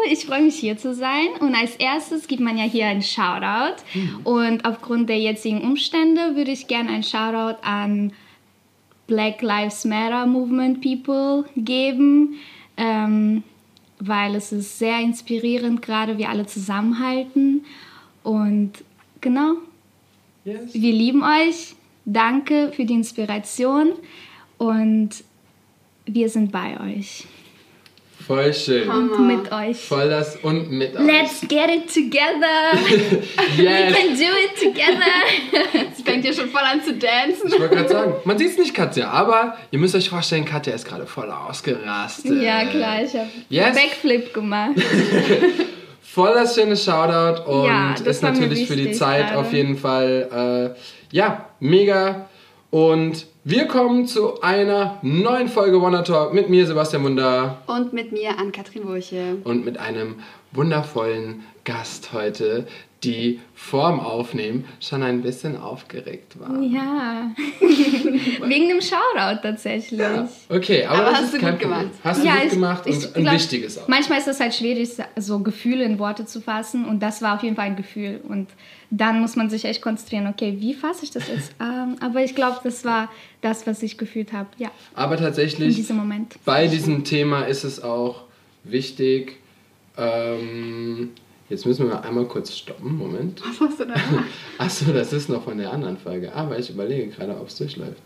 ich freue mich hier zu sein. Und als erstes gibt man ja hier einen Shoutout. Und aufgrund der jetzigen Umstände würde ich gerne einen Shoutout an Black Lives Matter Movement People geben, weil es ist sehr inspirierend, gerade wir alle zusammenhalten. Und genau, wir lieben euch. Danke für die Inspiration und wir sind bei euch. Voll schön. Und mit euch. Voll das und mit euch. Let's get it together. Yes. We can do it together. Sie fängt ja schon voll an zu dancen. Ich wollte gerade sagen, man sieht es nicht, Katja, aber ihr müsst euch vorstellen, Katja ist gerade voll ausgerastet. Ja, klar, ich habe Backflip gemacht. Voll das schöne Shoutout und ja, das ist natürlich für die Zeit gerade auf jeden Fall mega. Und wir kommen zu einer neuen Folge Wanna Talk mit mir, Sebastian Wunder. Und mit mir, Ann-Kathrin Wurche. Und mit einem wundervollen Gast heute, die vorm Aufnehmen schon ein bisschen aufgeregt war. Ja, wegen dem Shoutout tatsächlich. Ja. Okay, aber das hast ist du kein gut Problem. gemacht. Hast du gut gemacht und ein wichtiges auch. Manchmal ist es halt schwierig, so Gefühle in Worte zu fassen und das war auf jeden Fall ein Gefühl und dann muss man sich echt konzentrieren, okay, wie fasse ich das jetzt? Aber ich glaube, das war das, was ich gefühlt habe, ja. Aber tatsächlich, in diesem Moment. Bei diesem Thema ist es auch wichtig, jetzt müssen wir mal einmal kurz stoppen, Moment. Was hast du da gemacht? Achso, das ist noch von der anderen Folge, aber ich überlege gerade, ob es durchläuft.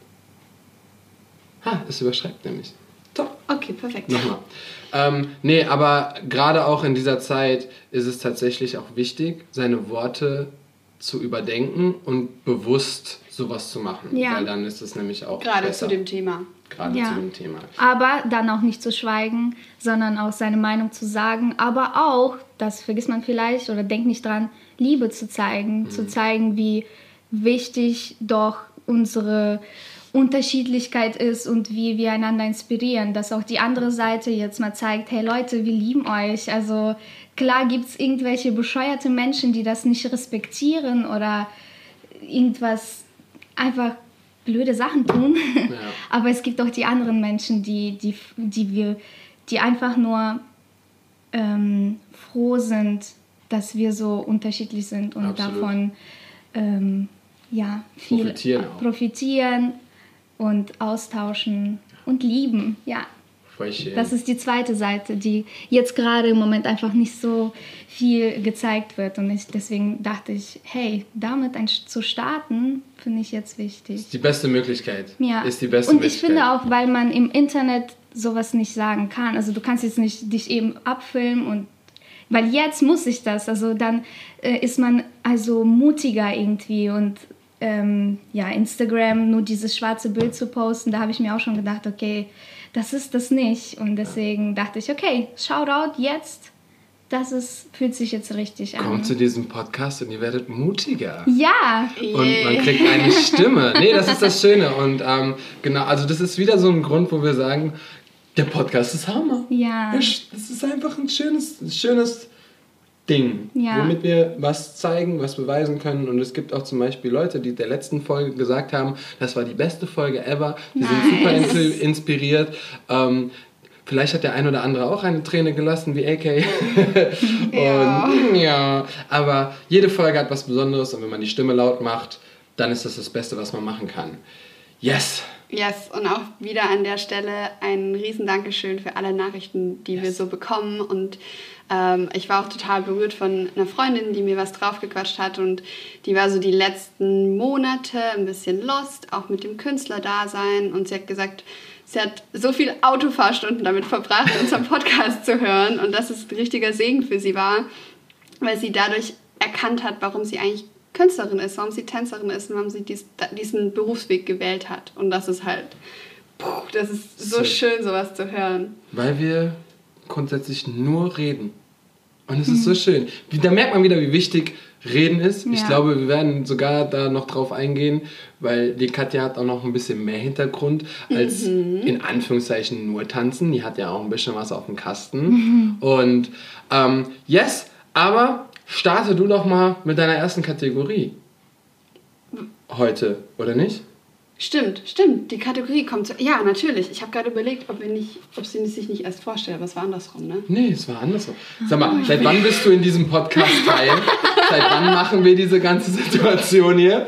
Es überschreibt nämlich. Top. Okay, perfekt. Nochmal. Nee, aber gerade auch in dieser Zeit ist es tatsächlich auch wichtig, seine Worte zu überdenken und bewusst sowas zu machen. Ja. Weil dann ist es nämlich auch gerade besser. zu dem Thema. Gerade zu dem Thema. Aber dann auch nicht zu schweigen, sondern auch seine Meinung zu sagen. Aber auch, das vergisst man vielleicht oder denkt nicht dran, Liebe zu zeigen. Zu zeigen, wie wichtig doch unsere Unterschiedlichkeit ist und wie wir einander inspirieren. Dass auch die andere Seite jetzt mal zeigt, hey Leute, wir lieben euch. Also klar gibt es irgendwelche bescheuerte Menschen, die das nicht respektieren oder irgendwas einfach blöde Sachen tun. Ja. Aber es gibt auch die anderen Menschen, die einfach nur froh sind, dass wir so unterschiedlich sind und davon viel profitieren und austauschen und lieben. Ja. Das ist die zweite Seite, die jetzt gerade im Moment einfach nicht so viel gezeigt wird. Und deswegen dachte ich, hey, damit zu starten, finde ich jetzt wichtig. Ist die beste Möglichkeit. Ja. Ist die beste Und Möglichkeit. Ich finde auch, weil man im Internet sowas nicht sagen kann. Also du kannst jetzt nicht dich eben abfilmen und weil jetzt muss ich das. Also dann ist man also mutiger irgendwie und Instagram nur dieses schwarze Bild zu posten, da habe ich mir auch schon gedacht, okay, das ist das nicht. Und deswegen dachte ich, okay, Shoutout jetzt, fühlt sich jetzt richtig an. Kommt zu diesem Podcast und ihr werdet mutiger. Ja. Und man kriegt eine Stimme. Nee, das ist das Schöne. Und genau, also das ist wieder so ein Grund, wo wir sagen, der Podcast ist Hammer. Ja. Das ist einfach ein schönes Ding, womit wir was zeigen, was beweisen können. Und es gibt auch zum Beispiel Leute, die der letzten Folge gesagt haben, das war die beste Folge ever. Die sind super inspiriert. Vielleicht hat der ein oder andere auch eine Träne gelassen, wie AK. Aber jede Folge hat was Besonderes und wenn man die Stimme laut macht, dann ist das Beste, was man machen kann. Yes, und auch wieder an der Stelle ein riesen Dankeschön für alle Nachrichten, die wir so bekommen. Und ich war auch total berührt von einer Freundin, die mir was draufgequatscht hat. Und die war so die letzten Monate ein bisschen lost, auch mit dem Künstlerdasein. Und sie hat gesagt, sie hat so viel Autofahrstunden damit verbracht, unseren Podcast zu hören. Und dass es ein richtiger Segen für sie war, weil sie dadurch erkannt hat, warum sie eigentlich Künstlerin ist, warum sie Tänzerin ist und warum sie diesen Berufsweg gewählt hat. Und das ist halt, das ist so schön, sowas zu hören. Weil wir grundsätzlich nur reden. Und es ist so schön. Da merkt man wieder, wie wichtig Reden ist. Ja. Ich glaube, wir werden sogar da noch drauf eingehen, weil die Katja hat auch noch ein bisschen mehr Hintergrund als in Anführungszeichen nur tanzen. Die hat ja auch ein bisschen was auf dem Kasten. Und aber starte du doch mal mit deiner ersten Kategorie heute, oder nicht? Stimmt. Die Kategorie kommt zu... Ja, natürlich. Ich habe gerade überlegt, ob sie sich nicht erst vorstellt, aber es war andersrum, ne? Nee, es war andersrum. Sag mal, seit wann bist du in diesem Podcast Teil? Seit wann machen wir diese ganze Situation hier?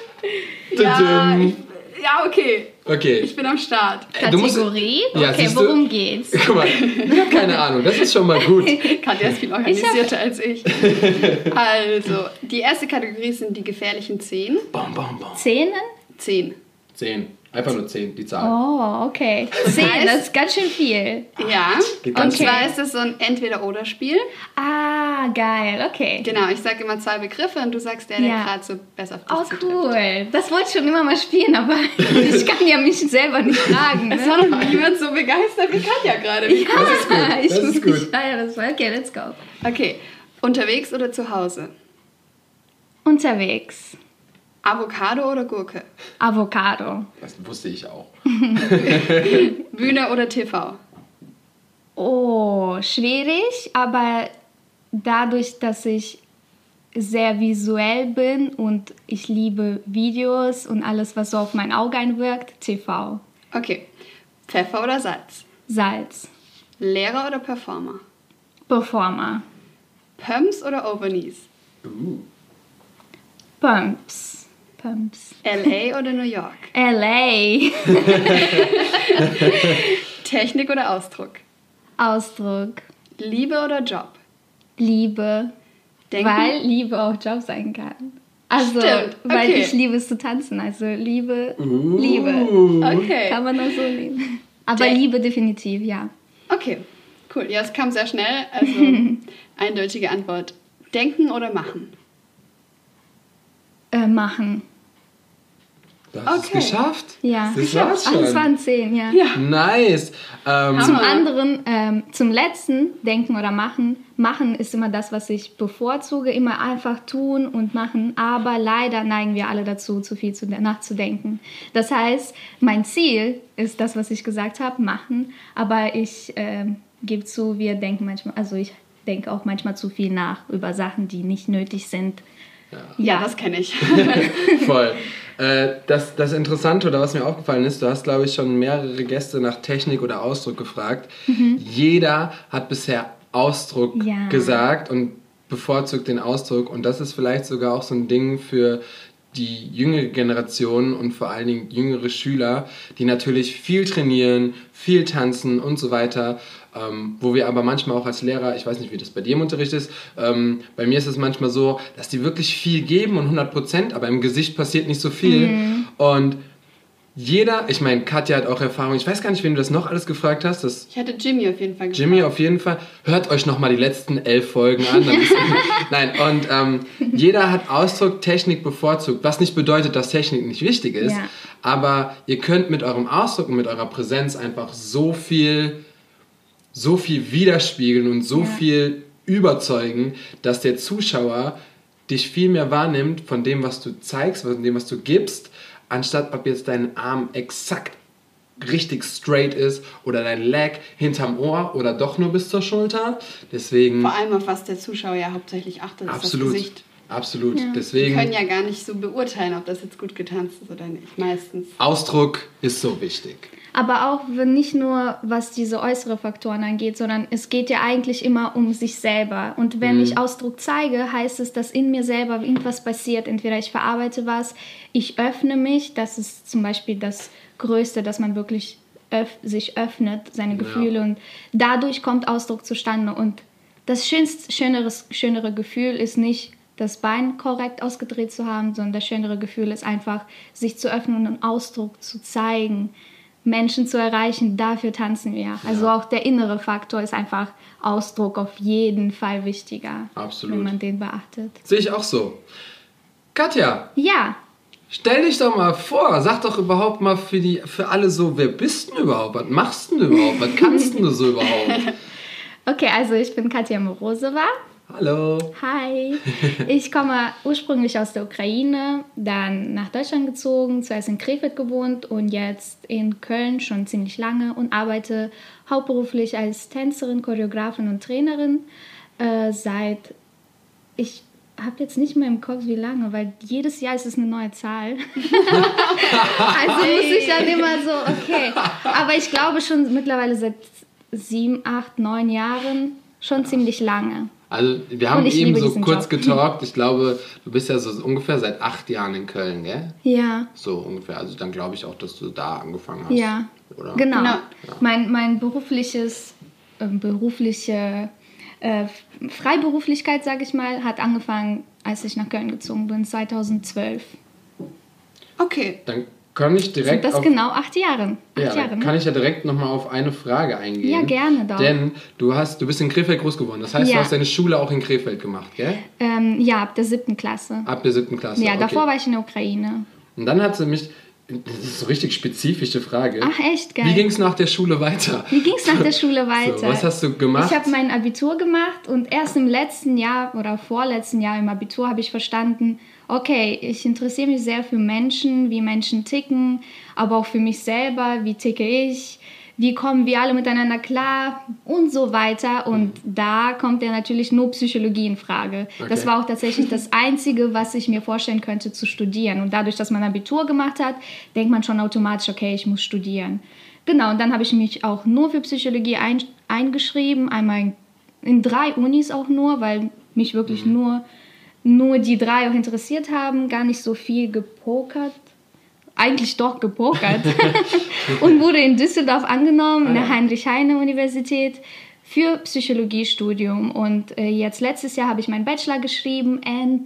Ja, okay. Okay. Ich bin am Start. Kategorie? Ja, okay, worum geht's? Guck mal, ich habe keine Ahnung, das ist schon mal gut. Katja ist viel organisierter als ich. Also, die erste Kategorie sind die gefährlichen 10. Bam, bam, bam. 10? 10. 10. Einfach nur 10, die Zahl. Oh, okay. 10, das ist ganz schön viel. Ja, Geht und ganz zwar ist es so ein Entweder-Oder-Spiel. Ah, geil, okay. Genau, ich sage immer 2 Begriffe und du sagst der gerade so besser auf dich Oh, zutrifft. cool. Das wollte ich schon immer mal spielen, aber ich kann ja mich selber nicht fragen. Ne? Es war noch niemand so begeistert wie Katja gerade. Wie cool. Das ist gut, das ist gut. Ja, das war okay, let's go. Okay, unterwegs oder zu Hause? Unterwegs. Avocado oder Gurke? Avocado. Das wusste ich auch. Bühne oder TV? Oh, schwierig, aber dadurch, dass ich sehr visuell bin und ich liebe Videos und alles, was so auf mein Auge einwirkt, TV. Okay, Pfeffer oder Salz? Salz. Lehrer oder Performer? Performer. Pumps oder Overknees? Pumps. LA oder New York? LA. Technik oder Ausdruck? Ausdruck. Liebe oder Job? Liebe. Denken? Weil Liebe auch Job sein kann. Also, Stimmt, weil okay. ich liebe es zu tanzen. Also Liebe, Liebe. Okay. Kann man auch so nehmen. Aber Der- Liebe definitiv, ja. Okay, cool. Ja, es kam sehr schnell. Also, eindeutige Antwort. Denken oder machen? Machen. Du hast es Okay. geschafft? Ja. Das war's schon. Ach, das waren 10, ja. Nice. Zum anderen, zum letzten, denken oder machen. Machen ist immer das, was ich bevorzuge. Immer einfach tun und machen. Aber leider neigen wir alle dazu, zu viel nachzudenken. Das heißt, mein Ziel ist das, was ich gesagt habe, machen. Aber ich gebe zu, wir denken manchmal, also ich denke auch manchmal zu viel nach über Sachen, die nicht nötig sind. Ja, das kenne ich. Voll. Das Interessante oder was mir aufgefallen ist, du hast, glaube ich, schon mehrere Gäste nach Technik oder Ausdruck gefragt. Jeder hat bisher Ausdruck gesagt und bevorzugt den Ausdruck. Und das ist vielleicht sogar auch so ein Ding für die jüngere Generation und vor allen Dingen jüngere Schüler, die natürlich viel trainieren, viel tanzen und so weiter, wo wir aber manchmal auch als Lehrer, ich weiß nicht, wie das bei dir im Unterricht ist, bei mir ist es manchmal so, dass die wirklich viel geben und 100%, aber im Gesicht passiert nicht so viel. Und jeder, ich meine, Katja hat auch Erfahrung, ich weiß gar nicht, wen du das noch alles gefragt hast. Ich hatte Jimmy auf jeden Fall gefragt. Jimmy auf jeden Fall. Hört euch nochmal die letzten 11 Folgen an. Dann Nein, und jeder hat Ausdruck, Technik bevorzugt, was nicht bedeutet, dass Technik nicht wichtig ist, aber ihr könnt mit eurem Ausdruck und mit eurer Präsenz einfach so viel widerspiegeln und so viel überzeugen, dass der Zuschauer dich viel mehr wahrnimmt von dem, was du zeigst, von dem, was du gibst, anstatt ob jetzt dein Arm exakt richtig straight ist oder dein Leg hinterm Ohr oder doch nur bis zur Schulter. Deswegen Vor allem auf was der Zuschauer ja hauptsächlich achtet, ist absolut, das Gesicht. absolut. Ja. Die Deswegen können ja gar nicht so beurteilen, ob das jetzt gut getanzt ist oder nicht. Meistens. Ausdruck ist so wichtig. Aber auch nicht nur, was diese äußeren Faktoren angeht, sondern es geht ja eigentlich immer um sich selber. Und wenn ich Ausdruck zeige, heißt es, dass in mir selber irgendwas passiert. Entweder ich verarbeite was, ich öffne mich. Das ist zum Beispiel das Größte, dass man wirklich sich öffnet, seine Gefühle. Und dadurch kommt Ausdruck zustande. Und das schönere Gefühl ist nicht, das Bein korrekt ausgedreht zu haben, sondern das schönere Gefühl ist einfach, sich zu öffnen und einen Ausdruck zu zeigen. Menschen zu erreichen, dafür tanzen wir. Also auch der innere Faktor ist einfach Ausdruck auf jeden Fall wichtiger, Absolut. wenn man den beachtet. Sehe ich auch so. Katja, Ja, stell dich doch mal vor, sag doch überhaupt mal für alle so, wer bist denn überhaupt, was machst denn du überhaupt, was kannst denn du so überhaupt? okay, also ich bin Katja Morozova. Hallo. Hi. Ich komme ursprünglich aus der Ukraine, dann nach Deutschland gezogen, zuerst in Krefeld gewohnt und jetzt in Köln schon ziemlich lange und arbeite hauptberuflich als Tänzerin, Choreografin und Trainerin. habe jetzt nicht mehr im Kopf, wie lange, weil jedes Jahr ist es eine neue Zahl. Also muss ich dann immer so, okay. Aber ich glaube schon mittlerweile seit 7, 8, 9 Jahren schon ziemlich lange. Also wir haben eben so kurz getalkt. Ich glaube, du bist ja so ungefähr seit 8 Jahren in Köln, gell? Ja. So ungefähr. Also dann glaube ich auch, dass du da angefangen hast. Ja, oder? Genau. Ja. Mein berufliche Freiberuflichkeit, sage ich mal, hat angefangen, als ich nach Köln gezogen bin, 2012. Okay. Dann kann ich direkt sind das genau 8 Jahre? Kann ich ja direkt nochmal auf eine Frage eingehen. Ja, gerne doch. Denn du bist in Krefeld groß geworden. Das heißt, du hast deine Schule auch in Krefeld gemacht, gell? Ja, ab der 7. Klasse. Ab der 7. Klasse, ja, davor war ich in der Ukraine. Und dann hat sie mich... Das ist so richtig spezifische Frage. Ach, echt geil. Wie ging es nach der Schule weiter? So, was hast du gemacht? Ich habe mein Abitur gemacht und erst im letzten Jahr oder vorletzten Jahr im Abitur habe ich verstanden, okay, ich interessiere mich sehr für Menschen, wie Menschen ticken, aber auch für mich selber, wie ticke ich, wie kommen wir alle miteinander klar und so weiter. Und da kommt ja natürlich nur Psychologie in Frage. Okay. Das war auch tatsächlich das Einzige, was ich mir vorstellen könnte zu studieren. Und dadurch, dass man Abitur gemacht hat, denkt man schon automatisch, okay, ich muss studieren. Genau, und dann habe ich mich auch nur für Psychologie eingeschrieben, einmal in 3 Unis auch nur, weil mich wirklich nur die 3 auch interessiert haben, gar nicht so viel gepokert. Eigentlich doch gepokert und wurde in Düsseldorf angenommen, in der Heinrich-Heine-Universität für Psychologiestudium. Und jetzt letztes Jahr habe ich meinen Bachelor geschrieben,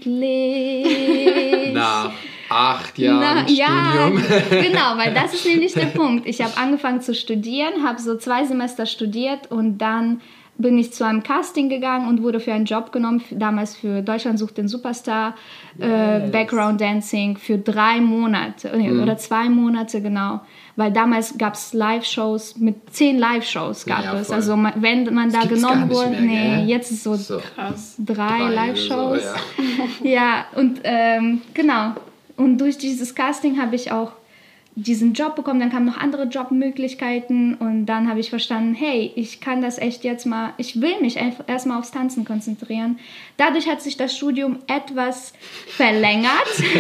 endlich. Nach 8 Jahren Studium. Ja, genau, weil das ist nämlich der Punkt. Ich habe angefangen zu studieren, habe so 2 Semester studiert und dann bin ich zu einem Casting gegangen und wurde für einen Job genommen, damals für Deutschland sucht den Superstar, Background Dancing für 3 Monate oder 2 Monate, genau. Weil damals gab es Live-Shows, mit 10 Live-Shows gab es. Also wenn man da genommen wurde, jetzt ist so krass. 3 Live-Shows. So, ja, und genau. Und durch dieses Casting habe ich auch diesen Job bekommen, dann kamen noch andere Jobmöglichkeiten und dann habe ich verstanden, hey, ich kann das echt jetzt mal, ich will mich erstmal aufs Tanzen konzentrieren. Dadurch hat sich das Studium etwas verlängert,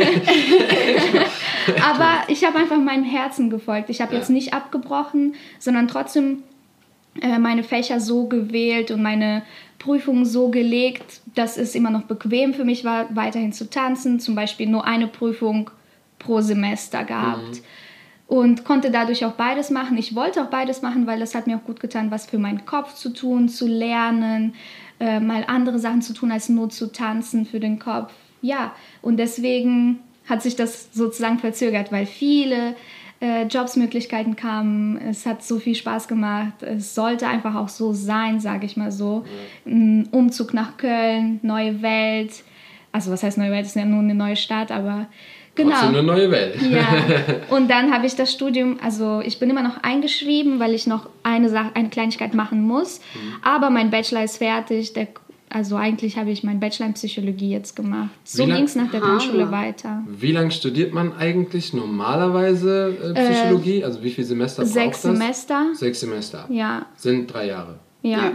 aber ich habe einfach meinem Herzen gefolgt. Ich habe jetzt nicht abgebrochen, sondern trotzdem meine Fächer so gewählt und meine Prüfungen so gelegt, dass es immer noch bequem für mich war, weiterhin zu tanzen, zum Beispiel nur eine Prüfung pro Semester gehabt. Und konnte dadurch auch beides machen. Ich wollte auch beides machen, weil das hat mir auch gut getan, was für meinen Kopf zu tun, zu lernen, mal andere Sachen zu tun, als nur zu tanzen für den Kopf. Ja, und deswegen hat sich das sozusagen verzögert, weil viele Jobsmöglichkeiten kamen. Es hat so viel Spaß gemacht. Es sollte einfach auch so sein, sage ich mal so. Ein Umzug nach Köln, neue Welt. Also was heißt neue Welt? Es ist ja nur eine neue Stadt, aber genau. Trotzdem eine neue Welt. Ja. Und dann habe ich das Studium, also ich bin immer noch eingeschrieben, weil ich noch eine Kleinigkeit machen muss. Aber mein Bachelor ist fertig. Also eigentlich habe ich meinen Bachelor in Psychologie jetzt gemacht. So ging es nach der Grundschule weiter. Wie lange studiert man eigentlich normalerweise Psychologie? Also wie viele Semester braucht das? 6 Semester. 6 Semester. Ja. Sind 3 Jahre. Ja.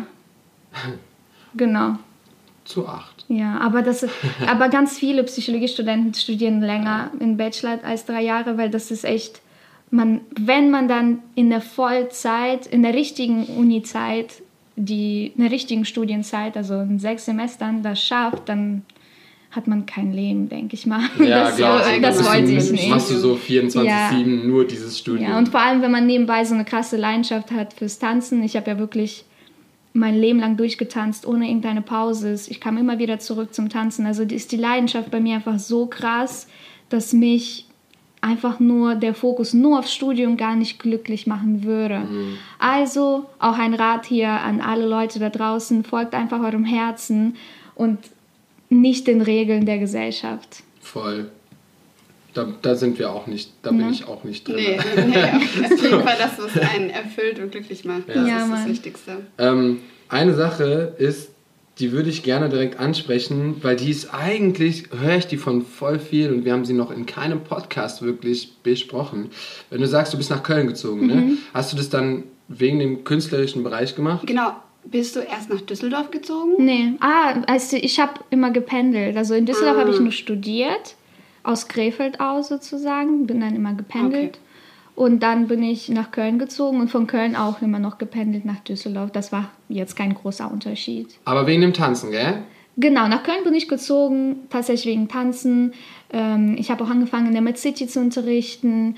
Genau. Zu 8. Ja, aber ganz viele Psychologiestudenten studieren länger in Bachelor als 3 Jahre, weil das ist echt, wenn man dann in der Vollzeit, in der richtigen Uni-Zeit, in der richtigen Studienzeit, also in 6 Semestern das schafft, dann hat man kein Leben, denke ich mal. Ja, das wollte ich nicht. Machst du so 24/7 nur dieses Studium. Ja, und vor allem, wenn man nebenbei so eine krasse Leidenschaft hat fürs Tanzen. Ich habe ja wirklich mein Leben lang durchgetanzt, ohne irgendeine Pause. Ich kam immer wieder zurück zum Tanzen. Also ist die Leidenschaft bei mir einfach so krass, dass mich einfach nur der Fokus nur aufs Studium gar nicht glücklich machen würde. Also auch ein Rat hier an alle Leute da draußen, folgt einfach eurem Herzen und nicht den Regeln der Gesellschaft. Voll. Da sind wir auch nicht, bin ich auch nicht drin. Nee, auf jeden Fall, dass es einen erfüllt und glücklich macht. Das ist das Wichtigste. Eine Sache ist, die würde ich gerne direkt ansprechen, weil die ist eigentlich, höre ich die von voll viel und wir haben sie noch in keinem Podcast wirklich besprochen. Wenn du sagst, du bist nach Köln gezogen, ne? Hast du das dann wegen dem künstlerischen Bereich gemacht? Genau. Bist du erst nach Düsseldorf gezogen? Nee, also ich habe immer gependelt. Also in Düsseldorf habe ich nur studiert, aus Krefeld aus sozusagen, bin dann immer gependelt. Okay. Und dann bin ich nach Köln gezogen und von Köln auch immer noch gependelt nach Düsseldorf. Das war jetzt kein großer Unterschied. Aber wegen dem Tanzen, gell? Genau, nach Köln bin ich gezogen, tatsächlich wegen Tanzen. Ich habe auch angefangen in der Med City zu unterrichten.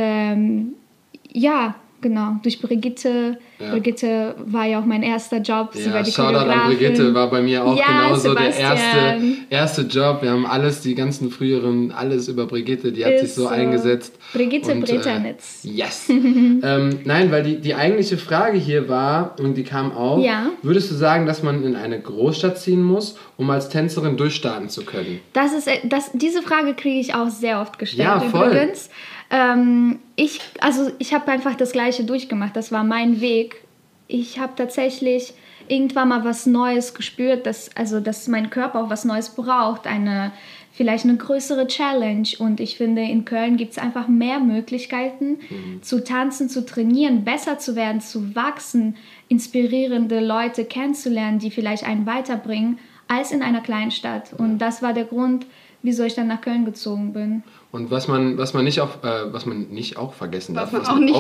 Ja, genau, durch Brigitte. Ja. Brigitte war ja auch mein erster Job. Sie war die Shoutout an Brigitte, war bei mir auch genauso der erste Job. Wir haben die ganzen früheren, alles über Brigitte, die hat sich so eingesetzt. Brigitte Bretanitz. Yes. Nein, weil die eigentliche Frage hier war, und die kam auf, würdest du sagen, dass man in eine Großstadt ziehen muss, um als Tänzerin durchstarten zu können? Diese Frage kriege ich auch sehr oft gestellt, ja, voll. Übrigens. Ich habe einfach das Gleiche durchgemacht. Das war mein Weg. Ich habe tatsächlich irgendwann mal was Neues gespürt, dass mein Körper auch was Neues braucht, vielleicht eine größere Challenge. Und ich finde, in Köln gibt es einfach mehr Möglichkeiten, zu tanzen, zu trainieren, besser zu werden, zu wachsen, inspirierende Leute kennenzulernen, die vielleicht einen weiterbringen, als in einer kleinen Stadt. Und das war der Grund, wieso ich dann nach Köln gezogen bin. Und was man nicht auch vergessen darf,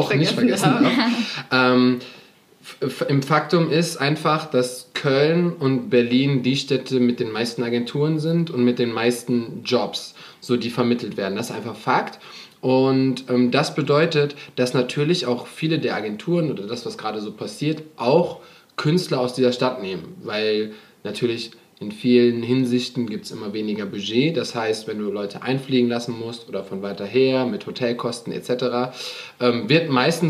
im Faktum ist einfach, dass Köln und Berlin die Städte mit den meisten Agenturen sind und mit den meisten Jobs, so die vermittelt werden. Das ist einfach Fakt. Und das bedeutet, dass natürlich auch viele der Agenturen oder das, was gerade so passiert, auch Künstler aus dieser Stadt nehmen, weil natürlich in vielen Hinsichten gibt es immer weniger Budget. Das heißt, wenn du Leute einfliegen lassen musst oder von weiter her mit Hotelkosten etc., werden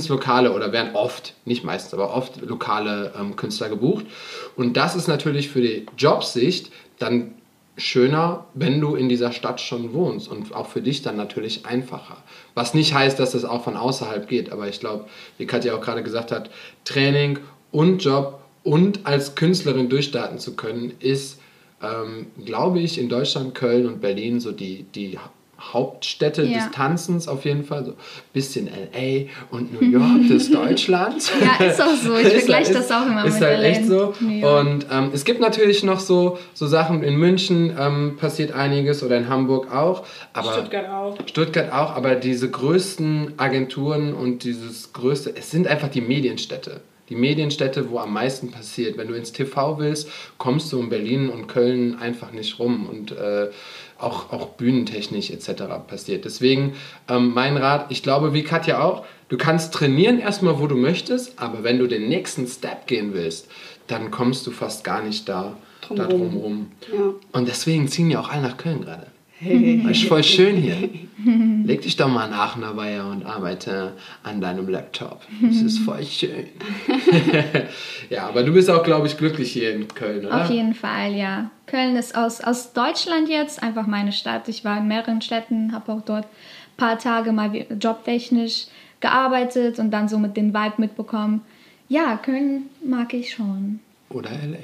oft, nicht meistens, aber oft lokale Künstler gebucht. Und das ist natürlich für die Jobsicht dann schöner, wenn du in dieser Stadt schon wohnst und auch für dich dann natürlich einfacher. Was nicht heißt, dass es auch von außerhalb geht, aber ich glaube, wie Katja auch gerade gesagt hat, Training und Job und als Künstlerin durchstarten zu können, ist, glaube ich, in Deutschland, Köln und Berlin so die Hauptstädte des Tanzens auf jeden Fall. So ein bisschen L.A. und New York des Deutschlands. Ja, ist auch so. Ich vergleiche das auch immer mit Ist halt LA. Echt so. Und es gibt natürlich noch so Sachen, in München passiert einiges oder in Hamburg auch. Aber Stuttgart auch. Aber diese größten Agenturen und es sind einfach die Medienstädte. Die Medienstädte, wo am meisten passiert. Wenn du ins TV willst, kommst du in Berlin und Köln einfach nicht rum und auch bühnentechnisch etc. passiert. Deswegen mein Rat, ich glaube wie Katja auch, du kannst trainieren erstmal, wo du möchtest, aber wenn du den nächsten Step gehen willst, dann kommst du fast gar nicht da drumherum. Ja. Und deswegen ziehen ja auch alle nach Köln gerade. Ist voll schön hier. Leg dich doch mal in Aachener Weiher und arbeite an deinem Laptop. Das ist voll schön. Ja, aber du bist auch, glaube ich, glücklich hier in Köln, oder? Auf jeden Fall, ja. Köln ist aus Deutschland jetzt einfach meine Stadt. Ich war in mehreren Städten, habe auch dort ein paar Tage mal jobtechnisch gearbeitet und dann so mit dem Vibe mitbekommen. Ja, Köln mag ich schon. Oder L.A.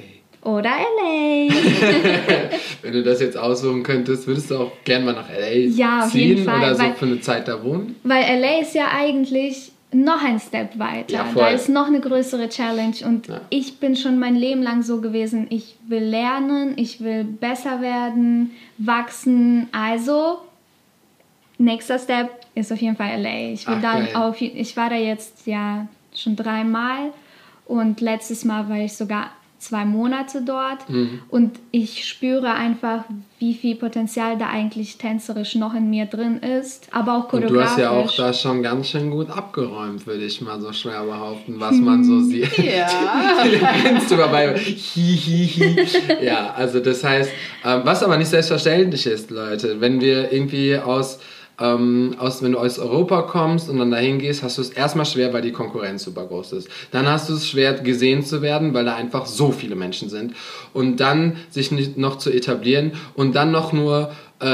Wenn du das jetzt aussuchen könntest, würdest du auch gerne mal nach L.A. auf jeden Fall, oder so für eine Zeit da wohnen? Weil L.A. ist ja eigentlich noch ein Step weiter. Ja, da ist noch eine größere Challenge und ich bin schon mein Leben lang so gewesen, ich will lernen, ich will besser werden, wachsen. Also, nächster Step ist auf jeden Fall L.A. Ich war da jetzt ja schon 3 Mal und letztes Mal war ich sogar 2 Monate dort und ich spüre einfach, wie viel Potenzial da eigentlich tänzerisch noch in mir drin ist, aber auch choreografisch. Und du hast ja auch da schon ganz schön gut abgeräumt, würde ich mal so schwer behaupten, was man so sieht. Ja. Kennst du dabei? Ja, also das heißt, was aber nicht selbstverständlich ist, Leute, wenn wir irgendwie wenn du aus Europa kommst und dann dahin gehst, hast du es erstmal schwer, weil die Konkurrenz super groß ist. Dann hast du es schwer, gesehen zu werden, weil da einfach so viele Menschen sind. Und dann sich nicht noch zu etablieren und dann noch nur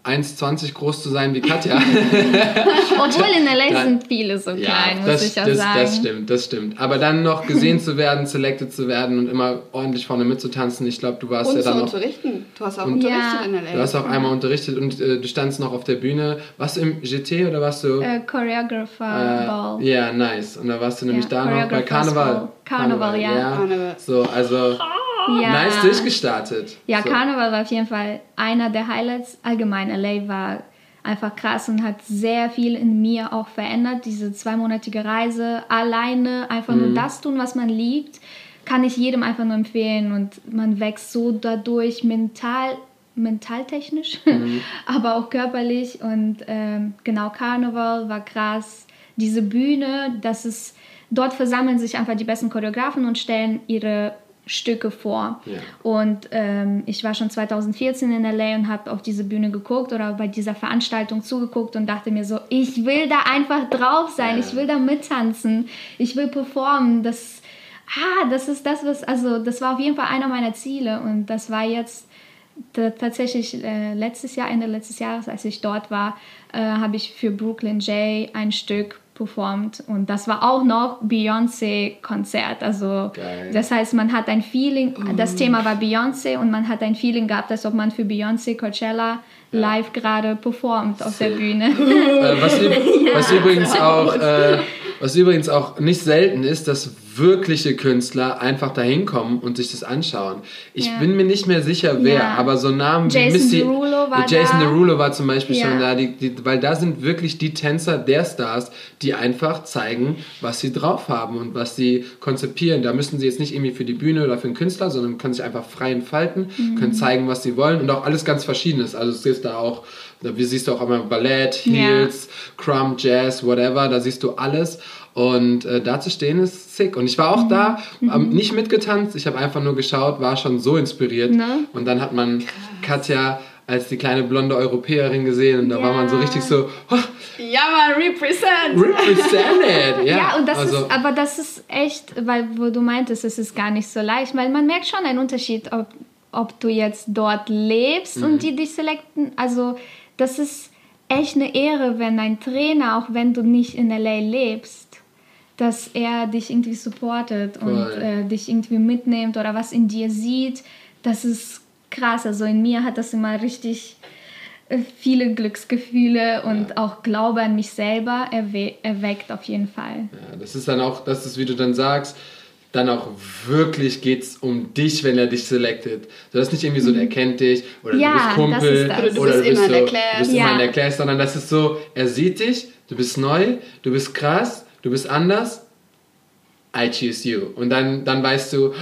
1,20 groß zu sein wie Katja. Obwohl in LA sind viele so klein, muss ich auch sagen. Das stimmt. Aber dann noch gesehen zu werden, selected zu werden und immer ordentlich vorne mitzutanzen, ich glaube, du warst ja dann noch... unterrichten. Du hast auch unterrichtet in LA. Du hast auch einmal unterrichtet und du standst noch auf der Bühne. Warst du im GT oder warst du... Choreographer Ball. Ja, nice. Und da warst du nämlich da noch bei Karneval. Karneval. So, also... Nice durchgestartet. Ja, so. Karneval war auf jeden Fall einer der Highlights. Allgemein, LA war einfach krass und hat sehr viel in mir auch verändert. Diese 2-monatige Reise, alleine einfach nur das tun, was man liebt, kann ich jedem einfach nur empfehlen. Und man wächst so dadurch mentaltechnisch, aber auch körperlich. Und genau, Karneval war krass. Diese Bühne, dort versammeln sich einfach die besten Choreografen und stellen ihre Stücke vor. Ja. Und ich war schon 2014 in LA und habe auf diese Bühne geguckt oder bei dieser Veranstaltung zugeguckt und dachte mir so, ich will da einfach drauf sein, ich will da mittanzen, ich will performen. Das ist das, das war auf jeden Fall einer meiner Ziele und das war jetzt tatsächlich Ende letztes Jahres, als ich dort war, habe ich für Brooklyn J ein Stück performt und das war auch noch Beyoncé-Konzert, also geil. Das heißt, man hat ein Feeling, das Thema war Beyoncé und man hat ein Feeling gehabt, als ob man für Beyoncé Coachella live gerade performt auf der Bühne. Was übrigens auch nicht selten ist, dass wirkliche Künstler einfach dahin kommen und sich das anschauen. Ich bin mir nicht mehr sicher, wer, aber so Namen wie Jason Derulo war zum Beispiel schon da, weil da sind wirklich die Tänzer der Stars, die einfach zeigen, was sie drauf haben und was sie konzipieren. Da müssen sie jetzt nicht irgendwie für die Bühne oder für einen Künstler, sondern können sich einfach frei entfalten, können zeigen, was sie wollen und auch alles ganz Verschiedenes. Also es ist da auch, wie siehst du auch immer Ballett, Heels, Crumb, Jazz, whatever, da siehst du alles. Und da zu stehen ist sick. Und ich war auch da, nicht mitgetanzt, ich habe einfach nur geschaut, war schon so inspiriert. Ne? Und dann hat man Katja als die kleine blonde Europäerin gesehen und da war man so richtig so... Oh, ja, man, represent it! Ja, und das ist echt, weil wo du meintest, es ist gar nicht so leicht, weil man merkt schon einen Unterschied, ob du jetzt dort lebst und die dich selecten. Also das ist echt eine Ehre, wenn ein Trainer, auch wenn du nicht in LA lebst, dass er dich irgendwie supportet und dich irgendwie mitnimmt oder was in dir sieht. Das ist krass. Also in mir hat das immer richtig viele Glücksgefühle und auch Glaube an mich selber erweckt auf jeden Fall. Ja, das ist dann auch, das ist, wie du dann sagst, dann auch wirklich geht's um dich, wenn er dich selected. Das ist nicht irgendwie so, der kennt dich oder du bist Kumpel oder du bist immer in der Class, sondern das ist so, er sieht dich, du bist neu, du bist krass, du bist anders, I choose you. Und dann weißt du,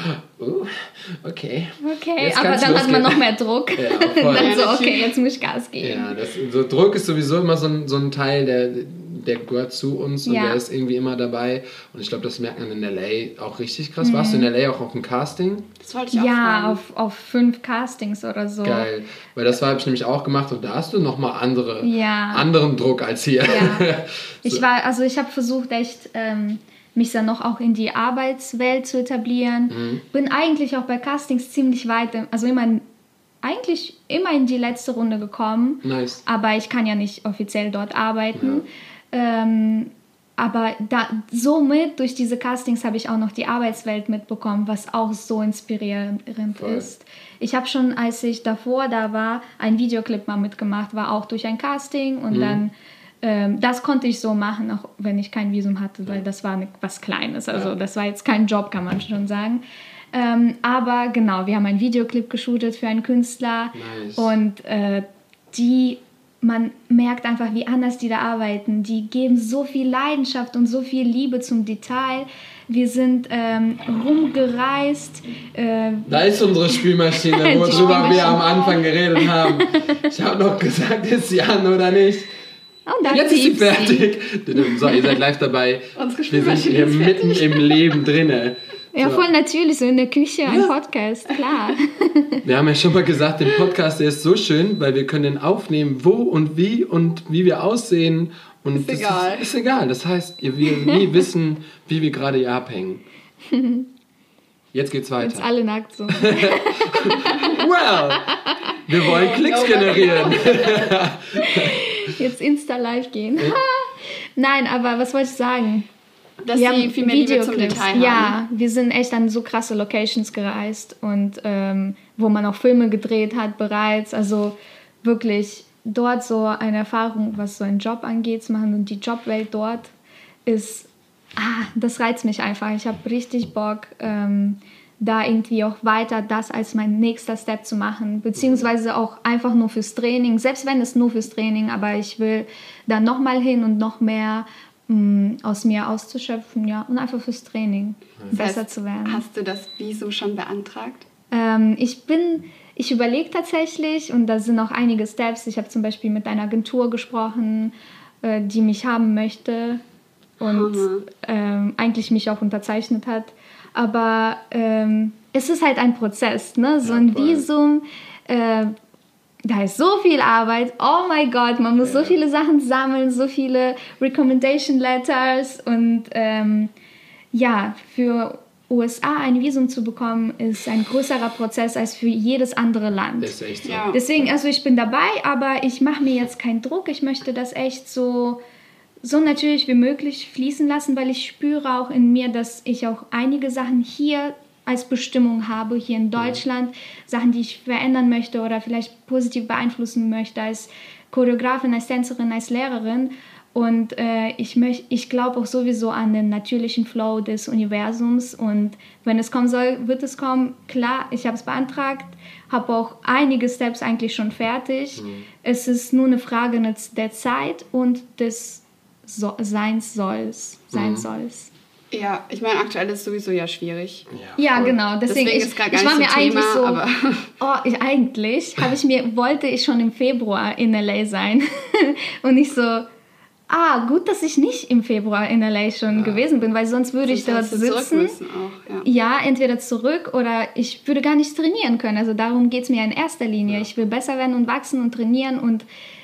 okay. Aber dann hat man noch mehr Druck. Ja, voll. Dann so, okay, jetzt muss ich Gas geben. Ja, so Druck ist sowieso immer so ein Teil, der gehört zu uns und der ist irgendwie immer dabei. Und ich glaube, das merkt man in L.A. auch richtig krass. Warst du in L.A. auch auf dem Casting? Das wollte ich auch fragen. auf 5 Castings oder so. Geil, weil das habe ich nämlich auch gemacht und da hast du nochmal anderen Druck als hier. Ja. Ich habe versucht echt... mich dann noch auch in die Arbeitswelt zu etablieren. Bin eigentlich auch bei Castings ziemlich weit, also eigentlich immer in die letzte Runde gekommen. Nice. Aber ich kann ja nicht offiziell dort arbeiten. Ja. Aber somit, durch diese Castings, habe ich auch noch die Arbeitswelt mitbekommen, was auch so inspirierend ist. Ich habe schon, als ich davor da war, einen Videoclip mal mitgemacht, war auch durch ein Casting und dann das konnte ich so machen, auch wenn ich kein Visum hatte, weil das war was Kleines. Also das war jetzt kein Job, kann man schon sagen. Aber genau, wir haben einen Videoclip geshootet für einen Künstler. Nice. Und man merkt einfach, wie anders die da arbeiten. Die geben so viel Leidenschaft und so viel Liebe zum Detail. Wir sind rumgereist. Da ist unsere Spülmaschine, worüber wir am Anfang geredet haben. Ich habe noch gesagt, ist sie an oder nicht? Jetzt ist sie fertig. So, ihr seid live dabei. Wir sind hier mitten im Leben drinne. Ja, voll natürlich, so in der Küche, ein Podcast, klar. Wir haben ja schon mal gesagt, den Podcast, der ist so schön, weil wir können den aufnehmen, wo und wie wir aussehen. Und ist egal. Das heißt, wir nie wissen, wie wir gerade hier abhängen. Jetzt geht's weiter. Jetzt alle nackt so. Well, wir wollen Klicks generieren. Jetzt Insta-Live gehen. Nein, aber was wollte ich sagen? Dass sie viel mehr Liebe zum Detail haben. Ja, wir sind echt an so krasse Locations gereist und wo man auch Filme gedreht hat bereits. Also wirklich dort so eine Erfahrung, was so einen Job angeht, zu machen. Und die Jobwelt dort ist, das reizt mich einfach. Ich habe richtig Bock, da irgendwie auch weiter das als mein nächster Step zu machen, beziehungsweise auch einfach nur fürs Training, selbst wenn es nur fürs Training, aber ich will da nochmal hin und noch mehr aus mir auszuschöpfen, ja, und einfach fürs Training besser zu werden. Hast du das Visum schon beantragt? Ich überlege tatsächlich, und da sind noch einige Steps. Ich habe zum Beispiel mit einer Agentur gesprochen, die mich haben möchte und eigentlich mich auch unterzeichnet hat. Aber es ist halt ein Prozess, ne? So ein Visum, da ist so viel Arbeit. Oh mein Gott, man muss so viele Sachen sammeln, so viele Recommendation Letters. Und für USA ein Visum zu bekommen, ist ein größerer Prozess als für jedes andere Land. Das ist echt so. Ja. Deswegen, also ich bin dabei, aber ich mache mir jetzt keinen Druck. Ich möchte das echt so natürlich wie möglich fließen lassen, weil ich spüre auch in mir, dass ich auch einige Sachen hier als Bestimmung habe, hier in Deutschland, Sachen, die ich verändern möchte oder vielleicht positiv beeinflussen möchte als Choreografin, als Tänzerin, als Lehrerin. Und ich glaube auch sowieso an den natürlichen Flow des Universums. Und wenn es kommen soll, wird es kommen. Klar, ich habe es beantragt, habe auch einige Steps eigentlich schon fertig. Es ist nur eine Frage der Zeit und des Seins solls. Ja, ich meine, aktuell ist es sowieso ja schwierig. Ja, genau. Deswegen ist gar ich war nicht mir so eigentlich Thema, so, wollte ich schon im Februar in LA sein. Und ich so, gut, dass ich nicht im Februar in LA schon gewesen bin, weil sonst würde ich dort sitzen. Auch, ja, entweder zurück oder ich würde gar nicht trainieren können. Also darum geht es mir in erster Linie. Ja. Ich will besser werden und wachsen und trainieren und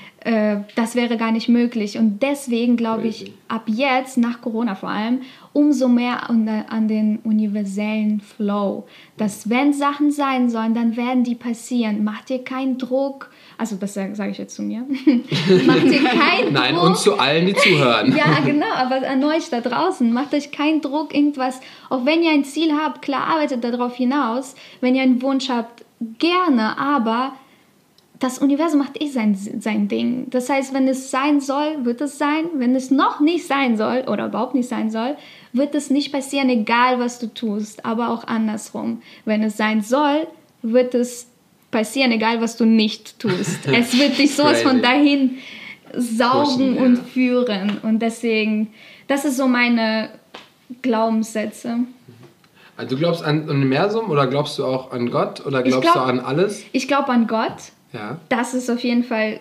das wäre gar nicht möglich. Und deswegen glaube ich, ab jetzt, nach Corona vor allem, umso mehr an den universellen Flow. Dass wenn Sachen sein sollen, dann werden die passieren. Macht dir keinen Druck. Also das sage ich jetzt zu mir. Macht dir keinen Druck. Nein, und zu allen, die zuhören. Ja, genau. Aber an euch da draußen, macht euch keinen Druck, irgendwas. Auch wenn ihr ein Ziel habt, klar, arbeitet darauf hinaus. Wenn ihr einen Wunsch habt, gerne, aber das Universum macht sein Ding. Das heißt, wenn es sein soll, wird es sein. Wenn es noch nicht sein soll oder überhaupt nicht sein soll, wird es nicht passieren, egal was du tust. Aber auch andersrum. Wenn es sein soll, wird es passieren, egal was du nicht tust. Es wird dich sowas von dahin saugen und führen. Und deswegen, das ist so meine Glaubenssätze. Also du glaubst an Universum oder glaubst du auch an Gott oder glaubst du an alles? Ich glaube an Gott. Ja. Das ist auf jeden Fall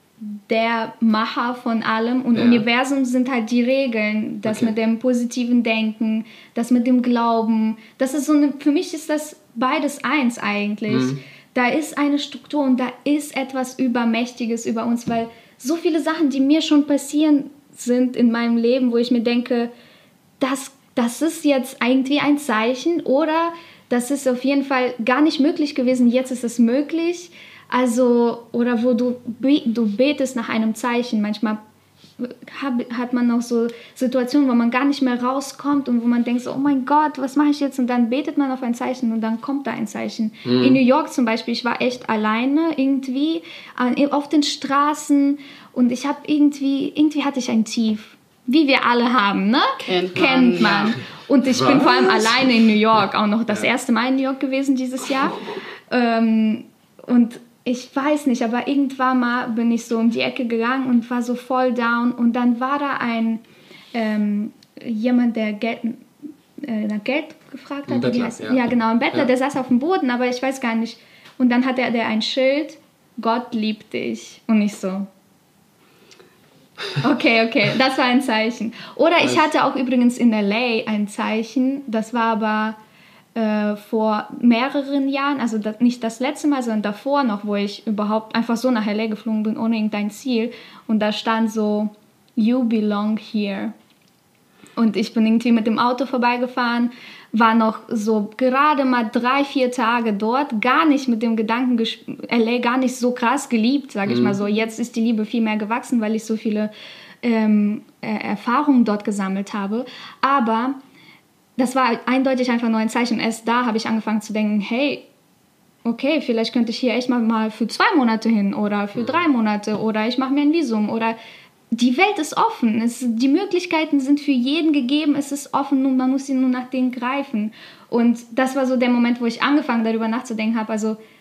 der Macher von allem. Und Universum sind halt die Regeln. Das mit dem positiven Denken, das mit dem Glauben. Das ist für mich ist das beides eins eigentlich. Da ist eine Struktur und da ist etwas Übermächtiges über uns, weil so viele Sachen, die mir schon passieren sind in meinem Leben, wo ich mir denke, das ist jetzt irgendwie ein Zeichen oder das ist auf jeden Fall gar nicht möglich gewesen, jetzt ist es möglich. Also, oder wo du betest nach einem Zeichen. Manchmal hat man auch so Situationen, wo man gar nicht mehr rauskommt und wo man denkt so, oh mein Gott, was mache ich jetzt? Und dann betet man auf ein Zeichen und dann kommt da ein Zeichen. In New York zum Beispiel, ich war echt alleine irgendwie auf den Straßen und ich habe irgendwie hatte ich ein Tief. Wie wir alle haben, ne? Kennt man. Ja. Und ich bin vor allem alleine in New York, auch noch das erste Mal in New York gewesen dieses Jahr. Und ich weiß nicht, aber irgendwann mal bin ich so um die Ecke gegangen und war so voll down. Und dann war da jemand, der Geld gefragt hat. Ein Bettler, ja, genau, ein Bettler, der saß auf dem Boden, aber ich weiß gar nicht. Und dann hatte der ein Schild, Gott liebt dich. Und ich so, okay, das war ein Zeichen. Oder ich hatte auch übrigens in LA ein Zeichen, das war aber vor mehreren Jahren, also nicht das letzte Mal, sondern davor noch, wo ich überhaupt einfach so nach LA geflogen bin, ohne irgendein Ziel. Und da stand so, you belong here. Und ich bin irgendwie mit dem Auto vorbeigefahren, war noch so gerade mal 3-4 Tage dort, gar nicht mit dem Gedanken, LA gar nicht so krass geliebt, sage ich mal so. Jetzt ist die Liebe viel mehr gewachsen, weil ich so viele Erfahrungen dort gesammelt habe. Aber das war eindeutig einfach nur ein Zeichen. Erst da habe ich angefangen zu denken, hey, okay, vielleicht könnte ich hier echt mal für 2 Monate hin oder für 3 Monate oder ich mache mir ein Visum oder die Welt ist offen. Die Möglichkeiten sind für jeden gegeben, es ist offen und man muss nur nach denen greifen. Und das war so der Moment, wo ich angefangen darüber nachzudenken habe.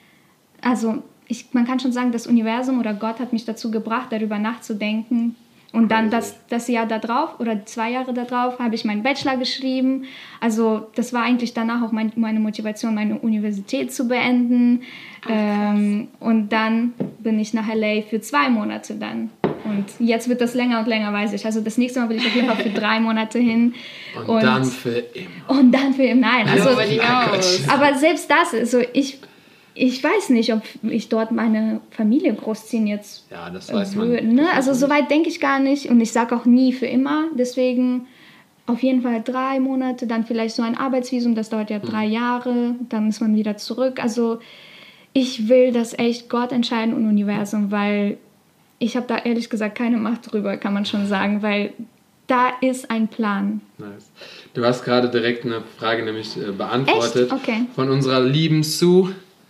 Man kann schon sagen, das Universum oder Gott hat mich dazu gebracht, darüber nachzudenken. Und dann das Jahr da drauf oder 2 Jahre da drauf habe ich meinen Bachelor geschrieben. Also das war eigentlich danach auch meine Motivation, meine Universität zu beenden. Und dann bin ich nach LA für 2 Monate dann. Und jetzt wird das länger und länger, weiß ich. Also das nächste Mal will ich auf jeden Fall für 3 Monate hin. Und dann für immer. Und dann für immer, nein. Also, aber selbst das, also ich weiß nicht, ob ich dort meine Familie großziehen jetzt das weiß man. Ne? Also so weit denke ich gar nicht. Und ich sage auch nie für immer. Deswegen auf jeden Fall 3 Monate, dann vielleicht so ein Arbeitsvisum, das dauert ja 3 Jahre. Dann ist man wieder zurück. Also ich will das echt Gott entscheiden und Universum, weil ich habe da ehrlich gesagt keine Macht drüber, kann man schon sagen, weil da ist ein Plan. Nice. Du hast gerade direkt eine Frage nämlich beantwortet. Echt? Okay. Von unserer lieben Sue.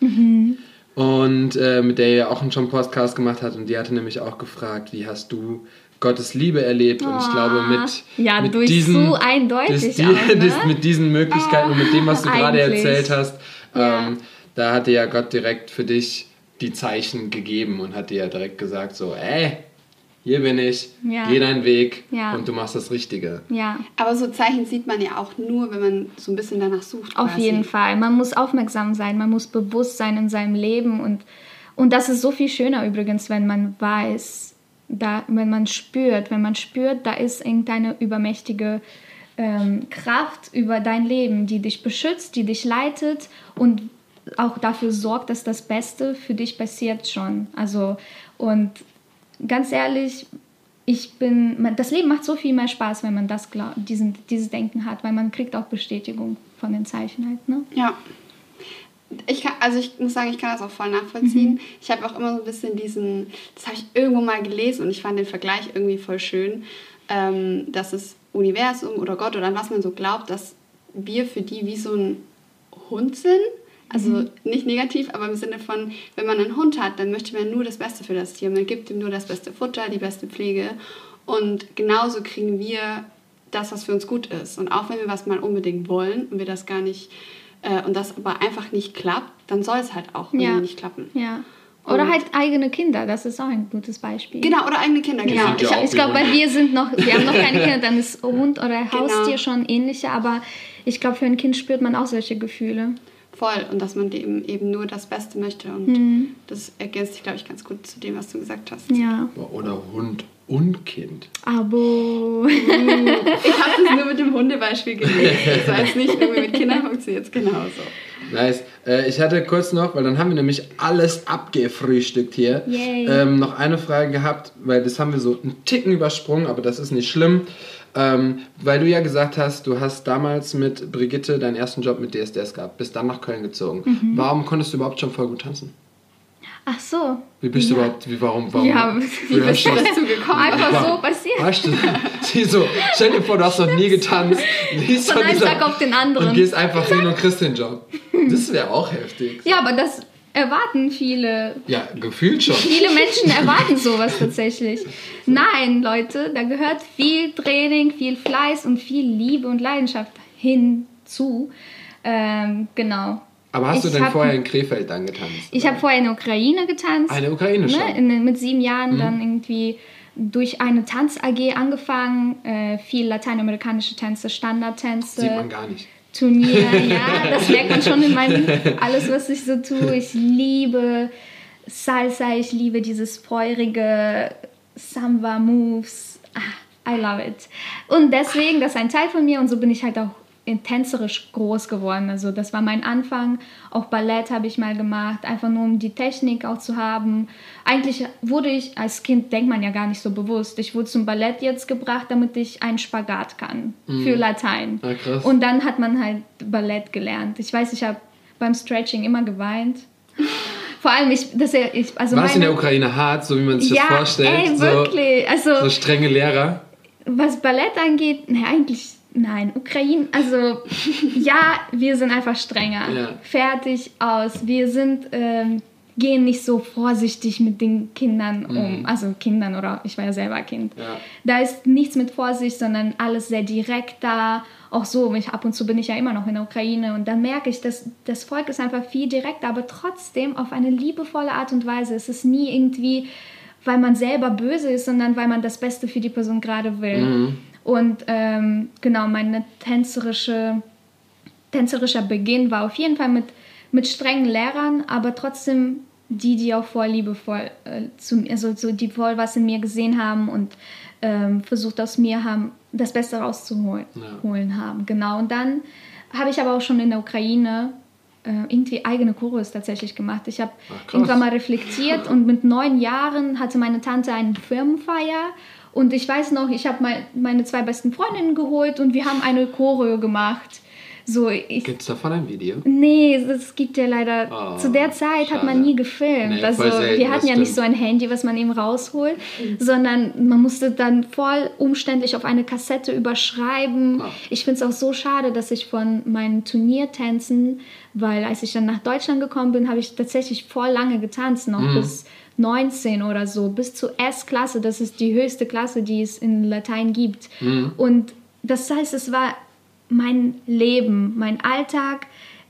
Und mit der ihr auch schon einen Podcast gemacht hat und die hatte nämlich auch gefragt, wie hast du Gottes Liebe erlebt? Und ich glaube mit durch diesen, so eindeutig mit diesen Möglichkeiten und mit dem, was du gerade erzählt hast, da hat dir ja Gott direkt für dich die Zeichen gegeben und hat dir ja direkt gesagt so, hier bin ich, geh deinen Weg und du machst das Richtige. Ja. Aber so Zeichen sieht man ja auch nur, wenn man so ein bisschen danach sucht. Auf jeden Fall. Man muss aufmerksam sein, man muss bewusst sein in seinem Leben. Und das ist so viel schöner übrigens, wenn man weiß, wenn man spürt, da ist irgendeine übermächtige Kraft über dein Leben, die dich beschützt, die dich leitet und auch dafür sorgt, dass das Beste für dich passiert schon. Also, und ganz ehrlich, das Leben macht so viel mehr Spaß, wenn man dieses Denken hat, weil man kriegt auch Bestätigung von den Zeichen halt, ne? Ja. Ich muss sagen, ich kann das auch voll nachvollziehen. Ich habe auch immer so ein bisschen das habe ich irgendwo mal gelesen und ich fand den Vergleich irgendwie voll schön, dass das Universum oder Gott oder an was man so glaubt, dass wir für die wie so ein Hund sind. Also nicht negativ, aber im Sinne von, wenn man einen Hund hat, dann möchte man nur das Beste für das Tier. Man gibt ihm nur das beste Futter, die beste Pflege. Und genauso kriegen wir das, was für uns gut ist. Und auch wenn wir was mal unbedingt wollen und wir das gar nicht, und das aber einfach nicht klappt, dann soll es halt auch irgendwie nicht klappen. Ja. Oder halt eigene Kinder, das ist auch ein gutes Beispiel. Genau, oder eigene Kinder, genau. Ich glaube, weil wir haben noch keine Kinder, dann ist Hund oder Haustier schon ähnlicher, aber ich glaube, für ein Kind spürt man auch solche Gefühle. Voll, und dass man dem eben nur das Beste möchte und das ergänzt sich, glaube ich, ganz gut zu dem, was du gesagt hast. Ja. Oder Hund und Kind. Abo. Ich habe das nur mit dem Hundebeispiel gelesen. Ich weiß nicht, irgendwie mit Kindern funktioniert es genauso. Nice. Ich hatte kurz noch, weil dann haben wir nämlich alles abgefrühstückt hier, noch eine Frage gehabt, weil das haben wir so einen Ticken übersprungen, aber das ist nicht schlimm. Weil du ja gesagt hast, du hast damals mit Brigitte deinen ersten Job mit DSDS gehabt, bist dann nach Köln gezogen. Warum konntest du überhaupt schon voll gut tanzen? Ach so. Wie bist du überhaupt, warum? Ja, wie bist du dazu gekommen? Einfach so passiert. Weißt du, stell dir vor, du hast noch nie getanzt, liest von einem Tag auf den anderen und gehst einfach hin und kriegst den Job. Das wäre auch heftig. Ja, aber das erwarten viele. Ja, gefühlt schon. Viele Menschen erwarten sowas tatsächlich. Nein, Leute, da gehört viel Training, viel Fleiß und viel Liebe und Leidenschaft hinzu. Genau. Aber hast du denn vorher in Krefeld dann getanzt? Ich habe vorher in der Ukraine getanzt. Eine Ukraine schon? Ne? Mit 7 Jahren dann irgendwie durch eine Tanz-AG angefangen. Viel lateinamerikanische Tänze, Standardtänze. Sieht man gar nicht. Turnier, ja, das merkt man schon in meinem, alles, was ich so tue. Ich liebe Salsa, ich liebe dieses feurige Samba-Moves. I love it. Und deswegen, das ist ein Teil von mir und so bin ich halt auch tänzerisch groß geworden. Also das war mein Anfang. Auch Ballett habe ich mal gemacht, einfach nur um die Technik auch zu haben. Eigentlich wurde ich, als Kind denkt man ja gar nicht so bewusst, ich wurde zum Ballett jetzt gebracht, damit ich einen Spagat kann für Latein. Ah, krass. Und dann hat man halt Ballett gelernt. Ich weiß, ich habe beim Stretching immer geweint. Vor allem, war es in der Ukraine hart, so wie man sich das vorstellt? Ey, wirklich. Also, so strenge Lehrer? Was Ballett angeht, nein, Ukraine, also ja, wir sind einfach strenger. Ja. Fertig, aus. Wir gehen nicht so vorsichtig mit den Kindern um. Also Kindern, oder ich war ja selber Kind. Ja. Da ist nichts mit Vorsicht, sondern alles sehr direkt da. Auch so, ab und zu bin ich ja immer noch in der Ukraine und dann merke ich, dass das Volk ist einfach viel direkter, aber trotzdem auf eine liebevolle Art und Weise. Es ist nie irgendwie, weil man selber böse ist, sondern weil man das Beste für die Person gerade will. Und genau, mein tänzerischer Beginn war auf jeden Fall mit strengen Lehrern, aber trotzdem die auch voll liebevoll die voll was in mir gesehen haben und versucht aus mir haben, das Beste rauszuholen haben. Genau. Und dann habe ich aber auch schon in der Ukraine irgendwie eigene Choreos tatsächlich gemacht. Ich habe irgendwann mal reflektiert und mit 9 Jahren hatte meine Tante eine Firmenfeier und ich weiß noch, ich habe meine 2 besten Freundinnen geholt und wir haben eine Choreo gemacht. So, gibt es davon ein Video? Nee, das gibt ja leider. Zu der Zeit hat man nie gefilmt. Nee, also selten, wir hatten ja nicht so ein Handy, was man eben rausholt, sondern man musste dann voll umständlich auf eine Kassette überschreiben. Ich finde es auch so schade, dass ich von meinen Turniertänzen, weil als ich dann nach Deutschland gekommen bin, habe ich tatsächlich voll lange getanzt, noch bis 19 oder so, bis zur S-Klasse. Das ist die höchste Klasse, die es in Latein gibt. Und das heißt, es war mein Leben, mein Alltag,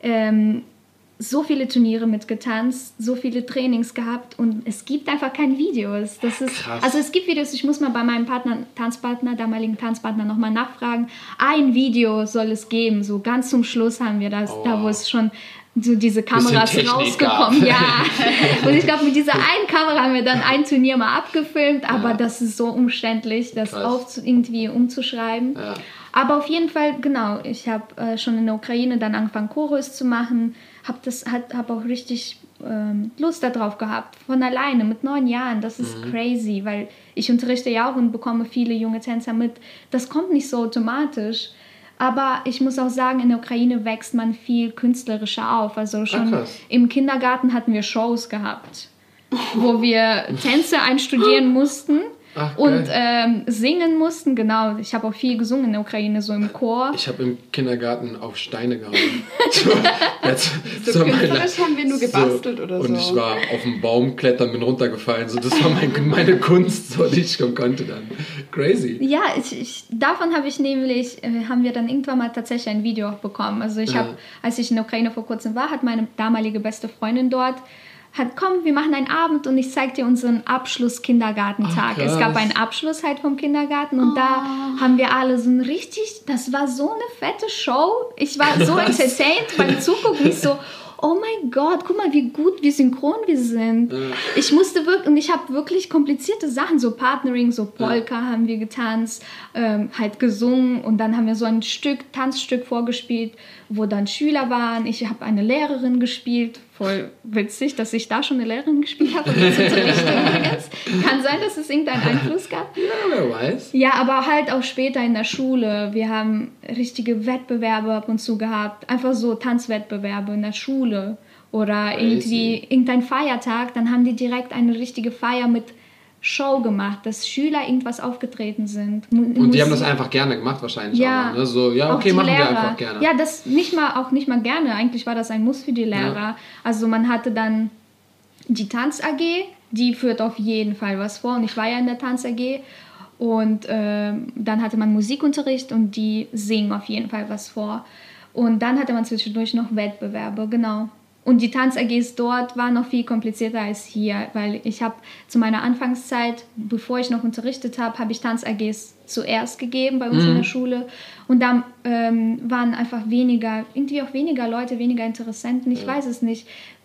so viele Turniere mitgetanzt, so viele Trainings gehabt und es gibt einfach kein Video. Das ist, also es gibt Videos, ich muss mal bei meinem damaligen Tanzpartner nochmal nachfragen. Ein Video soll es geben, so ganz zum Schluss haben wir das, da wo es schon so diese Kameras rausgekommen. Ja. Und ich glaube, mit dieser einen Kamera haben wir dann ein Turnier mal abgefilmt, aber das ist so umständlich, das irgendwie umzuschreiben. Ja. Aber auf jeden Fall, genau, ich habe schon in der Ukraine dann angefangen, Choreos zu machen, habe auch richtig Lust darauf gehabt, von alleine, mit 9 Jahren, das ist crazy, weil ich unterrichte ja auch und bekomme viele junge Tänzer mit, das kommt nicht so automatisch, aber ich muss auch sagen, in der Ukraine wächst man viel künstlerischer auf, also schon im Kindergarten hatten wir Shows gehabt, wo wir Tänze einstudieren mussten. Und singen mussten, genau. Ich habe auch viel gesungen in der Ukraine, so im Chor. Ich habe im Kindergarten auf Steine gehauen. so künstlerisch haben wir nur gebastelt oder so. Und ich war auf dem Baum klettern, bin runtergefallen. So, das war meine Kunst, so, die ich konnte dann. Crazy. Ja, davon haben wir dann irgendwann mal tatsächlich ein Video auch bekommen. Also als ich in der Ukraine vor kurzem war, hat meine damalige beste Freundin dort komm, wir machen einen Abend und ich zeige dir unseren Abschluss-Kindergartentag. Es gab einen Abschluss halt vom Kindergarten und da haben wir alle so das war so eine fette Show. Ich war so entertained beim Zugucken. Ich so, oh mein Gott, guck mal, wie gut, wie synchron wir sind. Ich musste wirklich, und ich habe wirklich komplizierte Sachen, so Partnering, so Polka haben wir getanzt, halt gesungen und dann haben wir so ein Tanzstück vorgespielt, wo dann Schüler waren. Ich habe eine Lehrerin gespielt. Voll witzig, dass ich da schon eine Lehrerin gespielt habe und jetzt unterrichte übrigens. Kann sein, dass es irgendeinen Einfluss gab. Ja, wer weiß. Ja, aber halt auch später in der Schule. Wir haben richtige Wettbewerbe ab und zu gehabt. Einfach so Tanzwettbewerbe in der Schule. Oder irgendwie irgendein Feiertag. Dann haben die direkt eine richtige Feier mit Show gemacht, dass Schüler irgendwas aufgetreten sind. Und die haben das einfach gerne gemacht wahrscheinlich. Ja, auch, ne? So, ja, okay, machen Lehrer. Wir einfach gerne. Ja, das nicht mal gerne. Eigentlich war das ein Muss für die Lehrer. Ja. Also man hatte dann die Tanz-AG, die führt auf jeden Fall was vor. Und ich war ja in der Tanz-AG. Und dann hatte man Musikunterricht und die singen auf jeden Fall was vor. Und dann hatte man zwischendurch noch Wettbewerbe, genau. Und die Tanz-AGs dort waren noch viel komplizierter als hier, weil ich habe zu meiner Anfangszeit, bevor ich noch unterrichtet habe, habe ich Tanz-AGs zuerst gegeben bei uns in der Schule. Und da waren einfach weniger Leute, weniger Interessenten, ich weiß es nicht.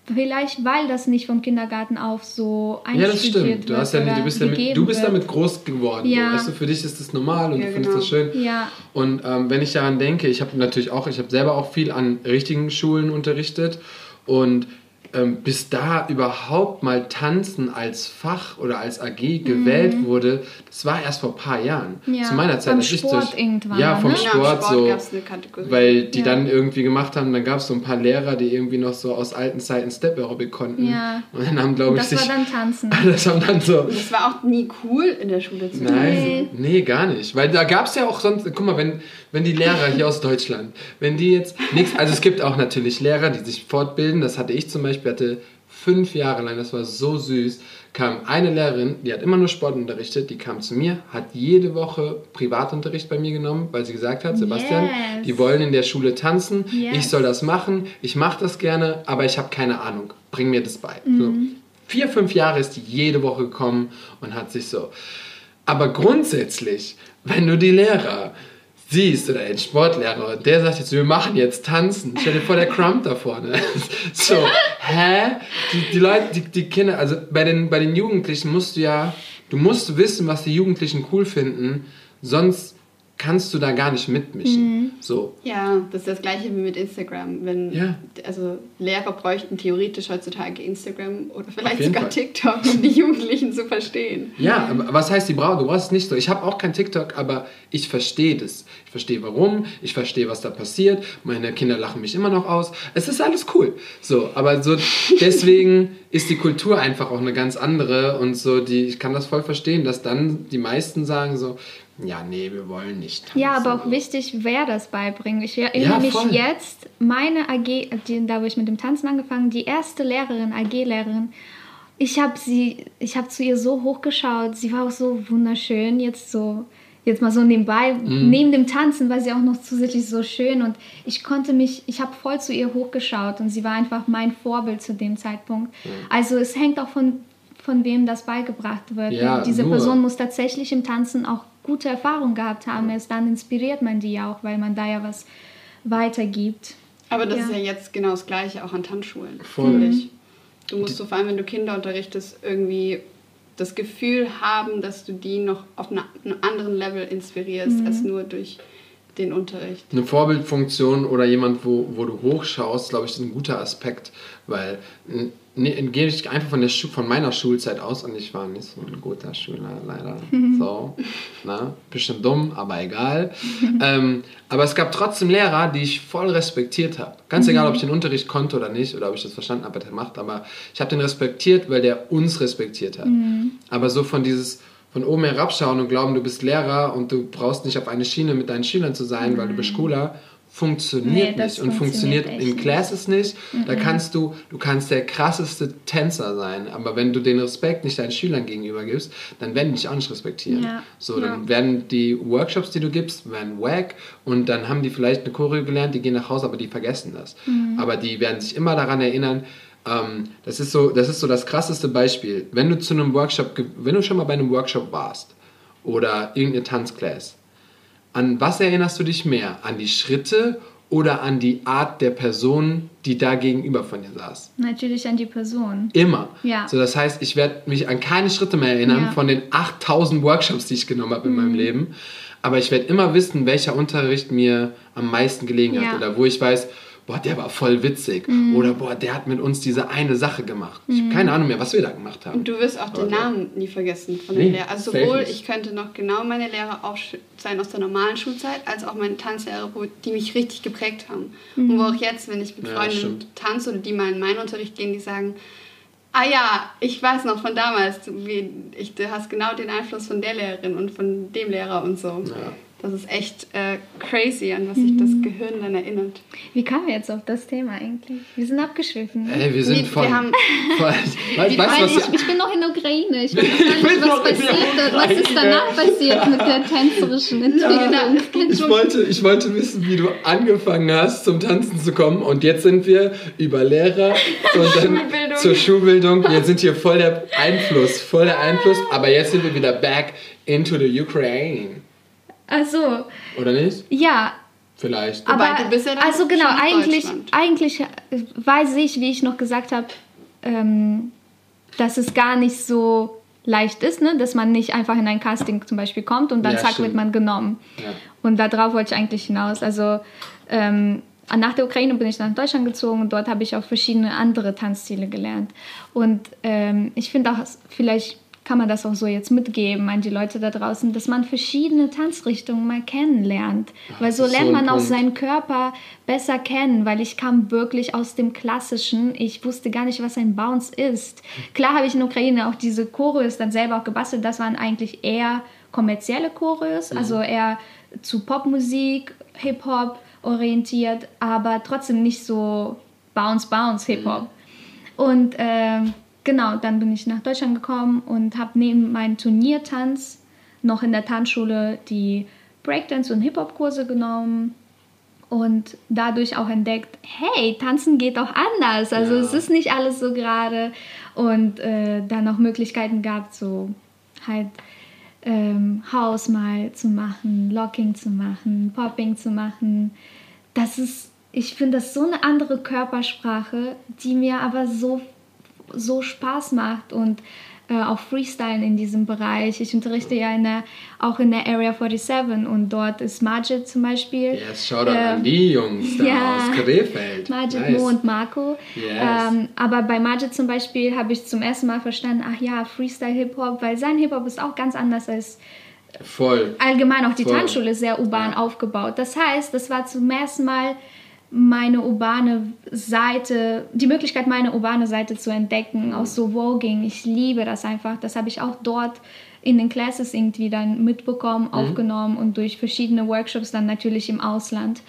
Vielleicht, weil das nicht vom Kindergarten auf so Ja, das einstudiert stimmt. wird Du bist damit groß geworden. Ja. Weißt du, für dich ist das normal und du findest das schön. Ja. Und wenn ich daran denke, ich habe selber auch viel an richtigen Schulen unterrichtet und bis da überhaupt mal Tanzen als Fach oder als AG gewählt wurde, das war erst vor ein paar Jahren. Ja, Zu meiner Zeit. vom Sport irgendwann. Ja, vom ne? Sport so. Gab's eine Kategorie. Weil die dann irgendwie gemacht haben, dann gab es so ein paar Lehrer, die irgendwie noch so aus alten Zeiten Step-Aerobic konnten. Ja. Und dann haben, glaube ich, das war dann Tanzen. Das haben dann so... Und das war auch nie cool in der Schule zu Nein, nee, gar nicht. Weil da gab es ja auch sonst, guck mal, wenn die Lehrer hier aus Deutschland, wenn die jetzt nichts, also es gibt auch natürlich Lehrer, die sich fortbilden, das hatte ich zum Beispiel, hatte 5 Jahre lang, das war so süß, kam eine Lehrerin, die hat immer nur Sport unterrichtet, die kam zu mir, hat jede Woche Privatunterricht bei mir genommen, weil sie gesagt hat, Sebastian, die wollen in der Schule tanzen, ich soll das machen, ich mache das gerne, aber ich habe keine Ahnung, bring mir das bei. So. 4, 5 Jahre ist die jede Woche gekommen und hat sich so... Aber grundsätzlich, wenn du die Lehrer siehst oder den Sportlehrer und der sagt jetzt, wir machen jetzt tanzen, stell dir vor, der Crump da vorne. So, hä? Die Leute, die Kinder, also bei den Jugendlichen musst du wissen, was die Jugendlichen cool finden, sonst kannst du da gar nicht mitmischen. So. Ja, das ist das Gleiche wie mit Instagram. Also Lehrer bräuchten theoretisch heutzutage Instagram oder vielleicht sogar TikTok, um die Jugendlichen zu verstehen. Ja, aber was heißt, du brauchst es nicht so. Ich habe auch kein TikTok, aber ich verstehe das. Ich verstehe warum, ich verstehe, was da passiert. Meine Kinder lachen mich immer noch aus. Es ist alles cool. So, aber so deswegen ist die Kultur einfach auch eine ganz andere und so ich kann das voll verstehen, dass dann die meisten sagen so, ja, nee, wir wollen nicht tanzen. Ja, aber auch wichtig, wer das beibringt. Ich erinnere mich jetzt, meine AG, da wo ich mit dem Tanzen angefangen, die erste Lehrerin, AG-Lehrerin, ich habe zu ihr so hochgeschaut, sie war auch so wunderschön, jetzt mal so nebenbei, neben dem Tanzen war sie auch noch zusätzlich so schön und ich habe voll zu ihr hochgeschaut und sie war einfach mein Vorbild zu dem Zeitpunkt. Also es hängt auch von wem das beigebracht wird. Ja, diese Person muss tatsächlich im Tanzen auch gute Erfahrungen gehabt haben. Erst dann inspiriert man die ja auch, weil man da ja was weitergibt. Aber das ist ja jetzt genau das Gleiche auch an Tanzschulen. Voll. Du musst vor allem, wenn du Kinder unterrichtest, irgendwie das Gefühl haben, dass du die noch auf einem anderen Level inspirierst, als nur durch den Unterricht. Eine Vorbildfunktion oder jemand, wo du hochschaust, glaube ich, ist ein guter Aspekt, weil gehe ich einfach von meiner Schulzeit aus und ich war nicht so ein guter Schüler, leider. So, bisschen dumm, aber egal. Aber es gab trotzdem Lehrer, die ich voll respektiert habe. Ganz egal, ob ich den Unterricht konnte oder nicht, oder ob ich das verstanden habe, was er macht, aber ich habe den respektiert, weil der uns respektiert hat. Aber so von oben herabschauen und glauben, du bist Lehrer und du brauchst nicht auf eine Schiene mit deinen Schülern zu sein, weil du bist cooler, funktioniert nicht und funktioniert in Classes nicht. Da kannst du kannst der krasseste Tänzer sein, aber wenn du den Respekt nicht deinen Schülern gegenüber gibst, dann werden die dich auch nicht respektieren. Dann werden die Workshops, die du gibst, werden wack und dann haben die vielleicht eine Choreo gelernt, die gehen nach Hause, aber die vergessen das. Aber die werden sich immer daran erinnern. Das ist so das krasseste Beispiel. Wenn du schon mal bei einem Workshop warst oder irgendeine Tanzclass, an was erinnerst du dich mehr? An die Schritte oder an die Art der Person, die da gegenüber von dir saß? Natürlich an die Person. Immer. Ja. So, das heißt, ich werde mich an keine Schritte mehr erinnern von den 8000 Workshops, die ich genommen habe in meinem Leben. Aber ich werde immer wissen, welcher Unterricht mir am meisten gelegen hat. Oder wo ich weiß, boah, der war voll witzig. Oder boah, der hat mit uns diese eine Sache gemacht. Ich habe keine Ahnung mehr, was wir da gemacht haben. Und du wirst auch den Namen nie vergessen von den Lehrern. Also sowohl, ich könnte noch genau meine Lehrer sein aus der normalen Schulzeit, als auch meine Tanzlehrer, die mich richtig geprägt haben. Und wo auch jetzt, wenn ich mit Freunden tanze oder die mal in meinen Unterricht gehen, die sagen, ah ja, ich weiß noch von damals, du hast genau den Einfluss von der Lehrerin und von dem Lehrer und so. Ja. Das ist echt crazy, an was sich das Gehirn dann erinnert. Wie kamen wir jetzt auf das Thema eigentlich? Wir sind abgeschwiffen. Ne? Ey, wir sind voll... Ich bin noch in der Ukraine. Ich weiß gar nicht, was passiert. Was ist danach passiert mit der tänzerischen Entwicklung? Ich wollte wissen, wie du angefangen hast, zum Tanzen zu kommen. Und jetzt sind wir über Lehrer und dann zur Schulbildung. Wir sind hier voll der Einfluss. Aber jetzt sind wir wieder back into the Ukraine. Ach so. Oder nicht? Ja. Vielleicht. Aber du bist ja dann also genau, eigentlich weiß ich, wie ich noch gesagt habe, dass es gar nicht so leicht ist, ne? Dass man nicht einfach in ein Casting zum Beispiel kommt und dann zack, wird man genommen. Ja. Und darauf wollte ich eigentlich hinaus. Also nach der Ukraine bin ich nach Deutschland gezogen und dort habe ich auch verschiedene andere Tanzstile gelernt. Und ich finde auch, vielleicht kann man das auch so jetzt mitgeben an die Leute da draußen, dass man verschiedene Tanzrichtungen mal kennenlernt. Weil so lernt man auch seinen Körper besser kennen, weil ich kam wirklich aus dem Klassischen. Ich wusste gar nicht, was ein Bounce ist. Klar habe ich in der Ukraine auch diese Choreos dann selber auch gebastelt. Das waren eigentlich eher kommerzielle Choreos, also eher zu Popmusik, Hip-Hop orientiert, aber trotzdem nicht so Bounce-Hip-Hop. Und genau, dann bin ich nach Deutschland gekommen und habe neben meinem Turniertanz noch in der Tanzschule die Breakdance- und Hip-Hop-Kurse genommen und dadurch auch entdeckt, hey, tanzen geht auch anders, also es ist nicht alles so gerade und dann auch Möglichkeiten gab, so halt House mal zu machen, Locking zu machen, Popping zu machen. Ich finde das so eine andere Körpersprache, die mir aber so Spaß macht und auch Freestylen in diesem Bereich. Ich unterrichte ja auch in der Area 47 und dort ist Majid zum Beispiel. Yes, Shoutout an die Jungs da aus Krefeld. Majid, nice. Mo und Marco. Yes. Aber bei Majid zum Beispiel habe ich zum ersten Mal verstanden, ach ja, Freestyle-Hip-Hop, weil sein Hip-Hop ist auch ganz anders als allgemein auch die Tanzschule ist sehr urban aufgebaut. Das heißt, das war zum ersten Mal meine urbane Seite, die Möglichkeit, meine urbane Seite zu entdecken, auch so Voging. Ich liebe das einfach. Das habe ich auch dort in den Classes irgendwie dann mitbekommen, aufgenommen und durch verschiedene Workshops dann natürlich im Ausland.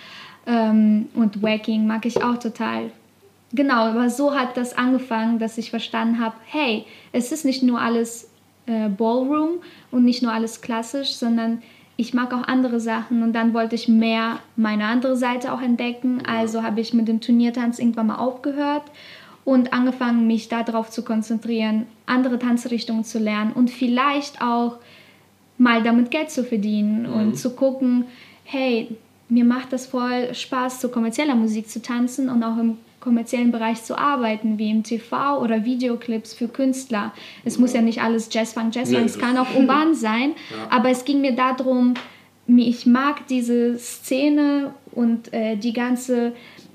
Und Wacking mag ich auch total. Genau, aber so hat das angefangen, dass ich verstanden habe, hey, es ist nicht nur alles Ballroom und nicht nur alles klassisch, sondern ich mag auch andere Sachen und dann wollte ich mehr meine andere Seite auch entdecken. Also habe ich mit dem Turniertanz irgendwann mal aufgehört und angefangen, mich darauf zu konzentrieren, andere Tanzrichtungen zu lernen und vielleicht auch mal damit Geld zu verdienen und zu gucken, hey, mir macht das voll Spaß, zu kommerzieller Musik zu tanzen und auch im kommerziellen Bereich zu arbeiten, wie im TV oder Videoclips für Künstler. Es muss ja nicht alles Jazzfunk sein, es kann auch urban sein, aber es ging mir darum, ich mag diese Szene und die ganze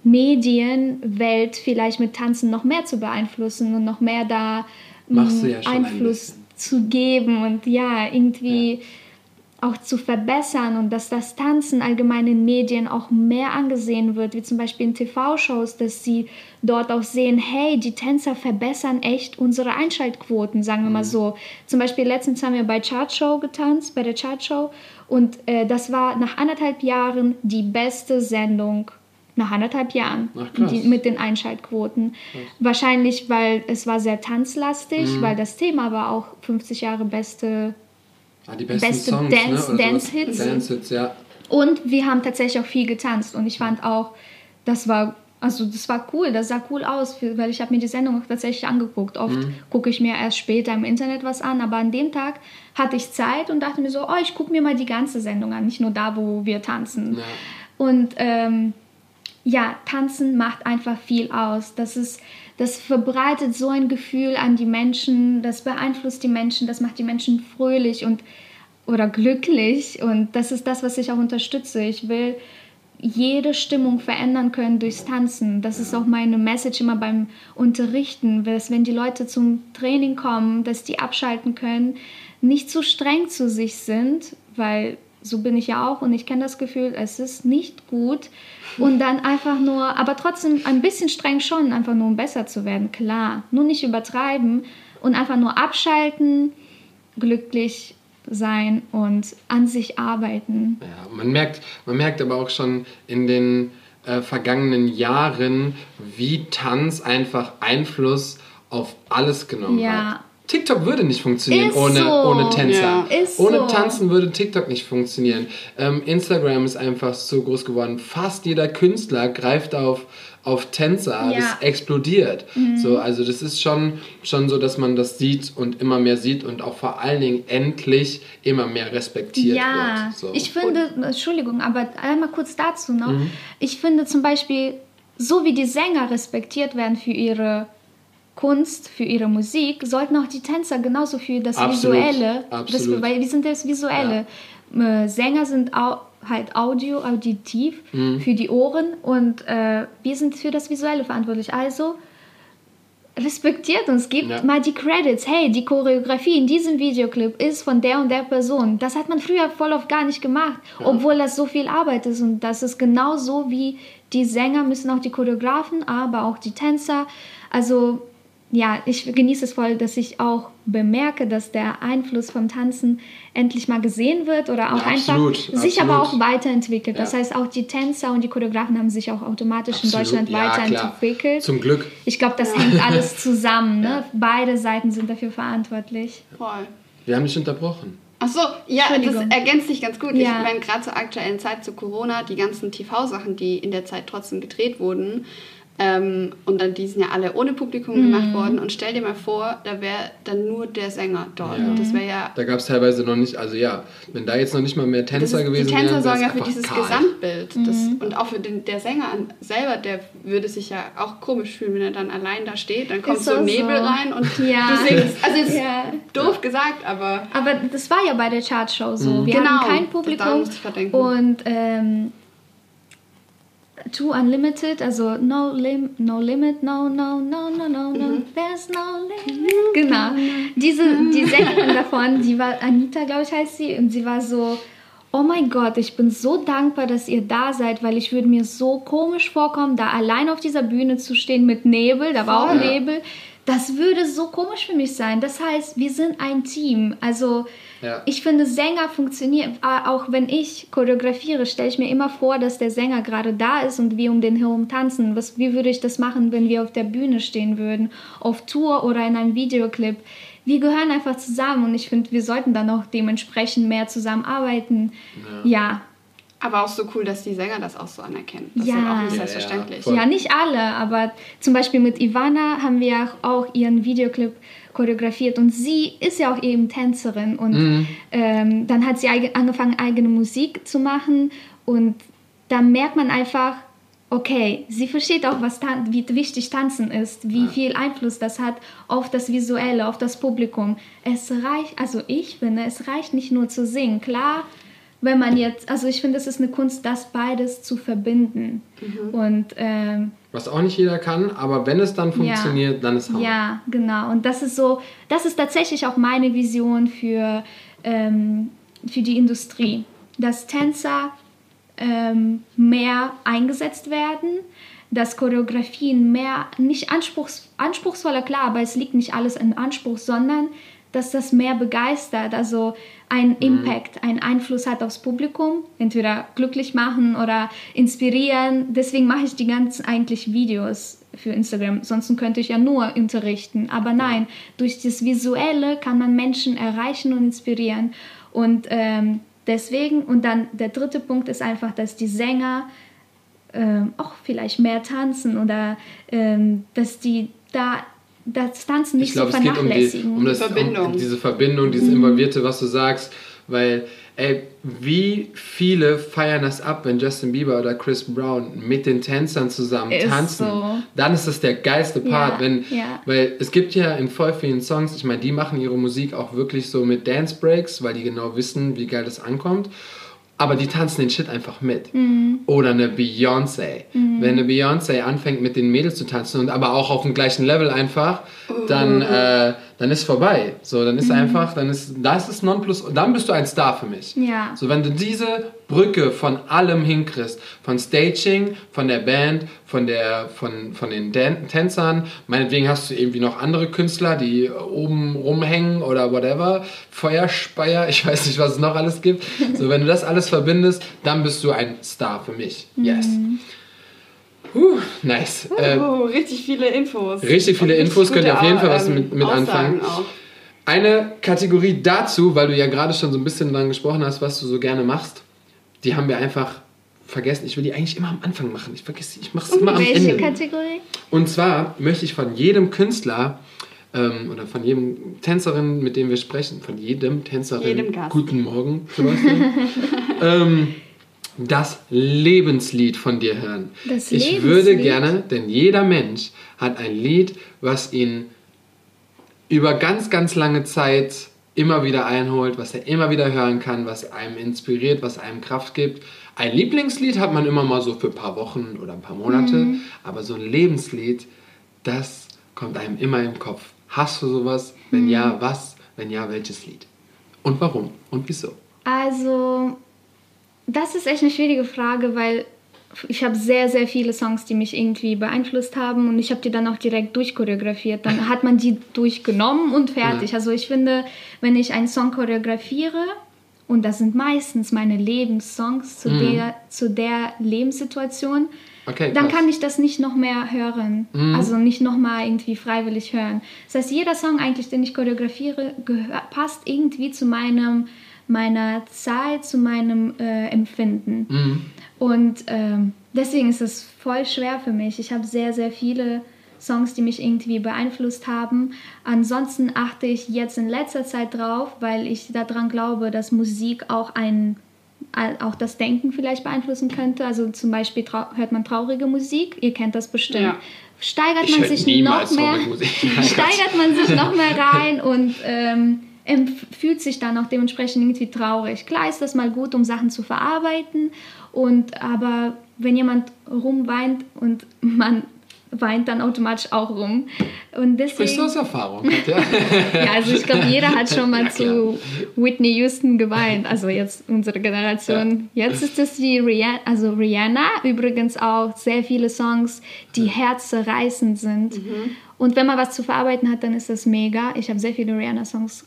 Medienwelt vielleicht mit Tanzen noch mehr zu beeinflussen und noch mehr da Einfluss zu geben und irgendwie auch zu verbessern und dass das Tanzen allgemein in Medien auch mehr angesehen wird, wie zum Beispiel in TV-Shows, dass sie dort auch sehen, hey, die Tänzer verbessern echt unsere Einschaltquoten, sagen wir mal so. Zum Beispiel letztens haben wir bei der Chartshow getanzt und das war nach 1,5 Jahren die beste Sendung. Nach 1,5 Jahren mit den Einschaltquoten. Wahrscheinlich, weil es war sehr tanzlastig, weil das Thema war auch 50 Jahre beste Songs, Dance-Hits. Dance-Hits, ja. Und wir haben tatsächlich auch viel getanzt. Und ich fand auch, das war cool, das sah cool aus, weil ich habe mir die Sendung auch tatsächlich angeguckt. Oft gucke ich mir erst später im Internet was an, aber an dem Tag hatte ich Zeit und dachte mir so, ich gucke mir mal die ganze Sendung an, nicht nur da, wo wir tanzen. Ja. Und Tanzen macht einfach viel aus. Das verbreitet so ein Gefühl an die Menschen, das beeinflusst die Menschen, das macht die Menschen fröhlich oder glücklich und das ist das, was ich auch unterstütze. Ich will jede Stimmung verändern können durchs Tanzen. Das ist auch meine Message immer beim Unterrichten, dass wenn die Leute zum Training kommen, dass die abschalten können, nicht zu streng zu sich sind, weil so bin ich ja auch und ich kenne das Gefühl, es ist nicht gut und dann einfach nur, aber trotzdem ein bisschen streng schon, einfach nur um besser zu werden, klar, nur nicht übertreiben und einfach nur abschalten, glücklich sein und an sich arbeiten. Ja, man merkt aber auch schon in den vergangenen Jahren, wie Tanz einfach Einfluss auf alles genommen hat. TikTok würde nicht funktionieren ohne Tänzer. Ja. Ohne Tanzen würde TikTok nicht funktionieren. Instagram ist einfach so groß geworden. Fast jeder Künstler greift auf Tänzer. Ja. Das explodiert. So, also das ist schon so, dass man das sieht und immer mehr sieht und auch vor allen Dingen endlich immer mehr respektiert wird. So. Ich finde, Entschuldigung, aber einmal kurz dazu noch. Ich finde zum Beispiel, so wie die Sänger respektiert werden für ihre Kunst, für ihre Musik, sollten auch die Tänzer genauso für das Visuelle, weil wir sind das Visuelle. Ja. Sänger sind halt auditiv für die Ohren und wir sind für das Visuelle verantwortlich. Also respektiert uns, gebt mal die Credits. Hey, die Choreografie in diesem Videoclip ist von der und der Person. Das hat man früher voll oft gar nicht gemacht, obwohl das so viel Arbeit ist. Und das ist genauso wie die Sänger müssen auch die Choreografen, aber auch die Tänzer. Also ja, ich genieße es voll, dass ich auch bemerke, dass der Einfluss vom Tanzen endlich mal gesehen wird oder auch sich aber auch weiterentwickelt. Ja. Das heißt, auch die Tänzer und die Choreografen haben sich auch automatisch in Deutschland weiterentwickelt. Klar. Zum Glück. Ich glaube, das hängt alles zusammen. Ne? Beide Seiten sind dafür verantwortlich. Voll. Wir haben dich unterbrochen. Ach so, ja, das ergänzt sich ganz gut. Ja. Ich meine, gerade zur aktuellen Zeit, zu Corona, die ganzen TV-Sachen, die in der Zeit trotzdem gedreht wurden, und dann, die sind ja alle ohne Publikum gemacht worden. Und stell dir mal vor, da wäre dann nur der Sänger dort. Ja. Das wäre ja... Da gab es teilweise noch nicht, also ja, wenn da jetzt noch nicht mal mehr Tänzer gewesen wären, die Tänzer sorgen ja für dieses Gesamtbild. Und auch für der Sänger selber, der würde sich ja auch komisch fühlen, wenn er dann allein da steht. Dann kommt so Nebel rein und du singst. Also jetzt doof gesagt, aber... Aber das war ja bei der Chartshow so. Wir haben kein Publikum. Da musste ich verdenken. Und Too Unlimited, also no limit, no, there's no limit. Genau. Die Sängerin davon, die war Anita, glaube ich, heißt sie, und sie war so, oh mein Gott, ich bin so dankbar, dass ihr da seid, weil ich würde mir so komisch vorkommen, da allein auf dieser Bühne zu stehen mit Nebel, da war auch Nebel. Das würde so komisch für mich sein. Das heißt, wir sind ein Team. Also ich finde, Sänger funktionieren, auch wenn ich choreografiere, stelle ich mir immer vor, dass der Sänger gerade da ist und wir um den herum tanzen. Wie würde ich das machen, wenn wir auf der Bühne stehen würden, auf Tour oder in einem Videoclip? Wir gehören einfach zusammen und ich finde, wir sollten dann auch dementsprechend mehr zusammenarbeiten. Ja. Aber auch so cool, dass die Sänger das auch so anerkennen. Das ist ja auch nicht selbstverständlich. Ja, nicht alle, aber zum Beispiel mit Ivana haben wir auch ihren Videoclip choreografiert und sie ist ja auch eben Tänzerin und dann hat sie angefangen, eigene Musik zu machen und da merkt man einfach, okay, sie versteht auch, wie wichtig Tanzen ist, wie viel Einfluss das hat auf das Visuelle, auf das Publikum. Ich finde, es reicht nicht nur zu singen. Klar, wenn man jetzt, also ich finde, es ist eine Kunst, das beides zu verbinden. Und, was auch nicht jeder kann, aber wenn es dann funktioniert, dann ist Hammer. Ja, genau. Und das ist tatsächlich auch meine Vision für die Industrie. Dass Tänzer mehr eingesetzt werden, dass Choreografien mehr, nicht anspruchsvoller, klar, aber es liegt nicht alles in Anspruch, sondern dass das mehr begeistert, also einen Impact, einen Einfluss hat aufs Publikum, entweder glücklich machen oder inspirieren. Deswegen mache ich die ganzen eigentlich Videos für Instagram, sonst könnte ich ja nur unterrichten. Aber nein, durch das Visuelle kann man Menschen erreichen und inspirieren. Und deswegen, und dann der dritte Punkt ist einfach, dass die Sänger auch vielleicht mehr tanzen oder dass die da das Tanzen nicht so vernachlässigen. Es geht um diese Verbindung, dieses Involvierte, was du sagst, weil, wie viele feiern das ab, wenn Justin Bieber oder Chris Brown mit den Tänzern zusammen tanzen. So. Dann ist das der geilste Part, weil es gibt ja in voll vielen Songs, ich meine, die machen ihre Musik auch wirklich so mit Dance Breaks, weil die genau wissen, wie geil das ankommt. Aber die tanzen den Shit einfach mit. Oder eine Beyoncé. Wenn eine Beyoncé anfängt, mit den Mädels zu tanzen und aber auch auf dem gleichen Level einfach, dann ist vorbei. So, dann ist einfach, das ist Nonplus, dann bist du ein Star für mich. Ja. So, wenn du diese Brücke von allem hinkriegst, von Staging, von der Band, von den Tänzern, meinetwegen hast du irgendwie noch andere Künstler, die oben rumhängen oder whatever, Feuerspeier, ich weiß nicht, was es noch alles gibt. So, wenn du das alles verbindest, dann bist du ein Star für mich. Yes. Nice. Richtig viele Infos. Richtig viele Infos, könnt ihr auf jeden Fall was mit anfangen. Auch. Eine Kategorie dazu, weil du ja gerade schon so ein bisschen dran gesprochen hast, was du so gerne machst, die haben wir einfach vergessen. Ich will die eigentlich immer am Anfang machen. Ich vergesse sie, ich mache es immer am Ende. Welche Kategorie? Und zwar möchte ich von jedem Künstler oder von jedem Tänzerin, mit dem wir sprechen, von jedem Tänzerin, jedem Gast. Guten Morgen, Sebastian, das Lebenslied von dir hören. Das Ich Lebenslied? würde gerne, denn jeder Mensch hat ein Lied, was ihn über ganz, ganz lange Zeit immer wieder einholt, was er immer wieder hören kann, was einem inspiriert, was einem Kraft gibt. Ein Lieblingslied hat man immer mal so für ein paar Wochen oder ein paar Monate, aber so ein Lebenslied, das kommt einem immer im Kopf. Hast du sowas? Wenn ja, was? Wenn ja, welches Lied? Und warum? Und wieso? Also, das ist echt eine schwierige Frage, weil ich habe sehr, sehr viele Songs, die mich irgendwie beeinflusst haben und ich habe die dann auch direkt durchchoreografiert. Dann hat man die durchgenommen und fertig. Also ich finde, wenn ich einen Song choreografiere, und das sind meistens meine Lebenssongs zu der Lebenssituation, Okay, dann krass. kann ich das nicht noch mehr hören. Also nicht noch mal irgendwie freiwillig hören. Das heißt, jeder Song eigentlich, den ich choreografiere, passt irgendwie zu meiner Zeit, zu meinem Empfinden. Und deswegen ist es voll schwer für mich. Ich habe sehr, sehr viele Songs, die mich irgendwie beeinflusst haben. Ansonsten achte ich jetzt in letzter Zeit drauf, weil ich daran glaube, dass Musik auch das Denken vielleicht beeinflussen könnte. Also zum Beispiel hört man traurige Musik, ihr kennt das bestimmt. Ja. Steigert man sich noch mehr rein und fühlt sich dann auch dementsprechend irgendwie traurig. Klar ist das mal gut, um Sachen zu verarbeiten, aber wenn jemand rumweint und man weint dann automatisch auch rum. Und deswegen, Sprichst du aus Erfahrung? Ja, ja, also ich glaube, jeder hat schon mal Ja, klar. zu Whitney Houston geweint. Also jetzt unsere Generation. Ja. Jetzt ist es die Rihanna. Übrigens auch sehr viele Songs, die herzzerreißend sind. Und wenn man was zu verarbeiten hat, dann ist das mega. Ich habe sehr viele Rihanna-Songs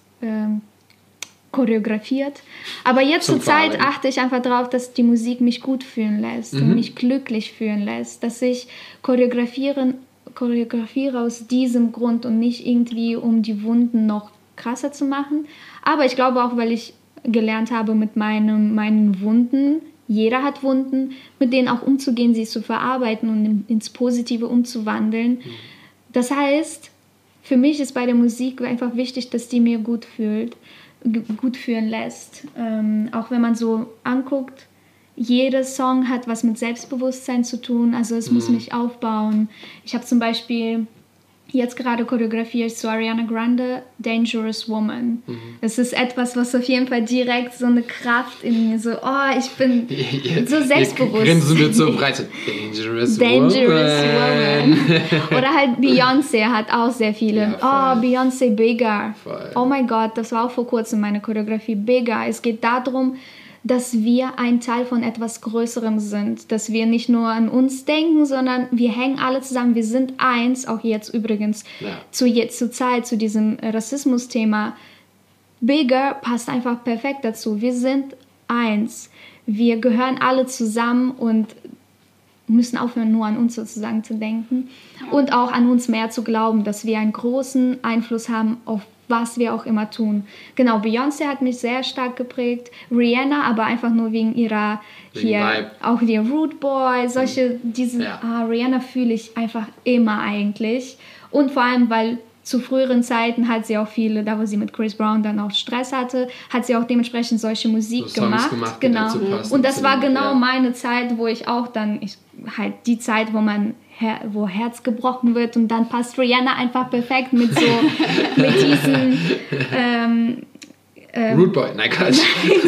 choreografiert. Aber jetzt zur Zeit achte ich einfach darauf, dass die Musik mich gut fühlen lässt und mich glücklich fühlen lässt. Dass ich choreografiere aus diesem Grund und nicht irgendwie, um die Wunden noch krasser zu machen. Aber ich glaube auch, weil ich gelernt habe mit meinen Wunden, jeder hat Wunden, mit denen auch umzugehen, sie zu verarbeiten und ins Positive umzuwandeln. Das heißt, für mich ist bei der Musik einfach wichtig, dass die mir gut fühlen lässt. Auch wenn man so anguckt, jeder Song hat was mit Selbstbewusstsein zu tun, also es muss mich aufbauen. Ich habe zum Beispiel jetzt gerade choreografiert zu Ariana Grande, Dangerous Woman. Das ist etwas, was auf jeden Fall direkt so eine Kraft in mir so, ich bin so selbstbewusst. Grinsen wird so breit. Dangerous Woman. Oder halt Beyoncé hat auch sehr viele. Ja, Beyoncé Bigger. Voll. Oh mein Gott, das war auch vor kurzem meine Choreografie. Bigger. Es geht darum, dass wir ein Teil von etwas Größerem sind. Dass wir nicht nur an uns denken, sondern wir hängen alle zusammen. Wir sind eins. Auch jetzt übrigens zur Zeit, zu diesem Rassismus-Thema. Bigger passt einfach perfekt dazu. Wir sind eins. Wir gehören alle zusammen und müssen aufhören, nur an uns sozusagen zu denken. Und auch an uns mehr zu glauben, dass wir einen großen Einfluss haben auf was wir auch immer tun. Genau, Beyoncé hat mich sehr stark geprägt. Rihanna, aber einfach nur wegen ihrer Vibe. Auch die Rude Boy, Rihanna fühle ich einfach immer eigentlich. Und vor allem, weil zu früheren Zeiten hat sie auch viele, da wo sie mit Chris Brown dann auch Stress hatte, hat sie auch dementsprechend solche Musik gemacht. Genau. Und das war genau meine Zeit, wo ich auch dann, die Zeit, wo Herz gebrochen wird und dann passt Rihanna einfach perfekt mit diesen Rude Boy, nein, Quatsch.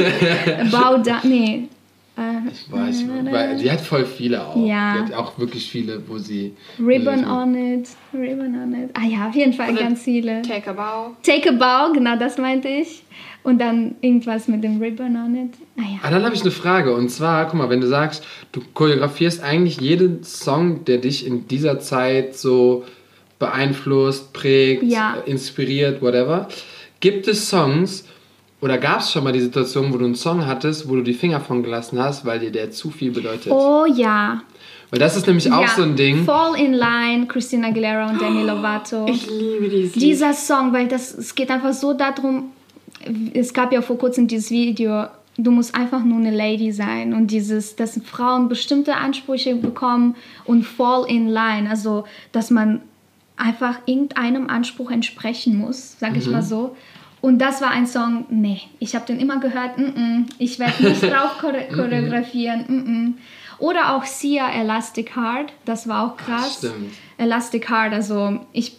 Ich weiß, weil die hat voll viele auch. Ja. Die hat auch wirklich viele, wo sie... Ribbon on it. Ah ja, auf jeden Fall ganz viele. Take a Bow. Take a Bow, genau das meinte ich. Und dann irgendwas mit dem Ribbon on it. Dann habe ich eine Frage. Und zwar, guck mal, wenn du sagst, du choreografierst eigentlich jeden Song, der dich in dieser Zeit so beeinflusst, prägt, inspiriert, whatever. Gibt es Songs... Oder gab es schon mal die Situation, wo du einen Song hattest, wo du die Finger von gelassen hast, weil dir der zu viel bedeutet? Oh ja. Weil das ist nämlich auch so ein Ding. Fall in Line, Christina Aguilera und Demi Lovato. Ich liebe dieses Lied. Dieser Song, weil es geht einfach so darum, es gab ja vor kurzem dieses Video, du musst einfach nur eine Lady sein und dass Frauen bestimmte Ansprüche bekommen und Fall in Line, also dass man einfach irgendeinem Anspruch entsprechen muss, sag ich mal so. Und das war ein Song, nee, ich habe den immer gehört, ich werde nicht drauf choreografieren. Oder auch Sia, Elastic Heart, das war auch krass. Stimmt. Elastic Heart, also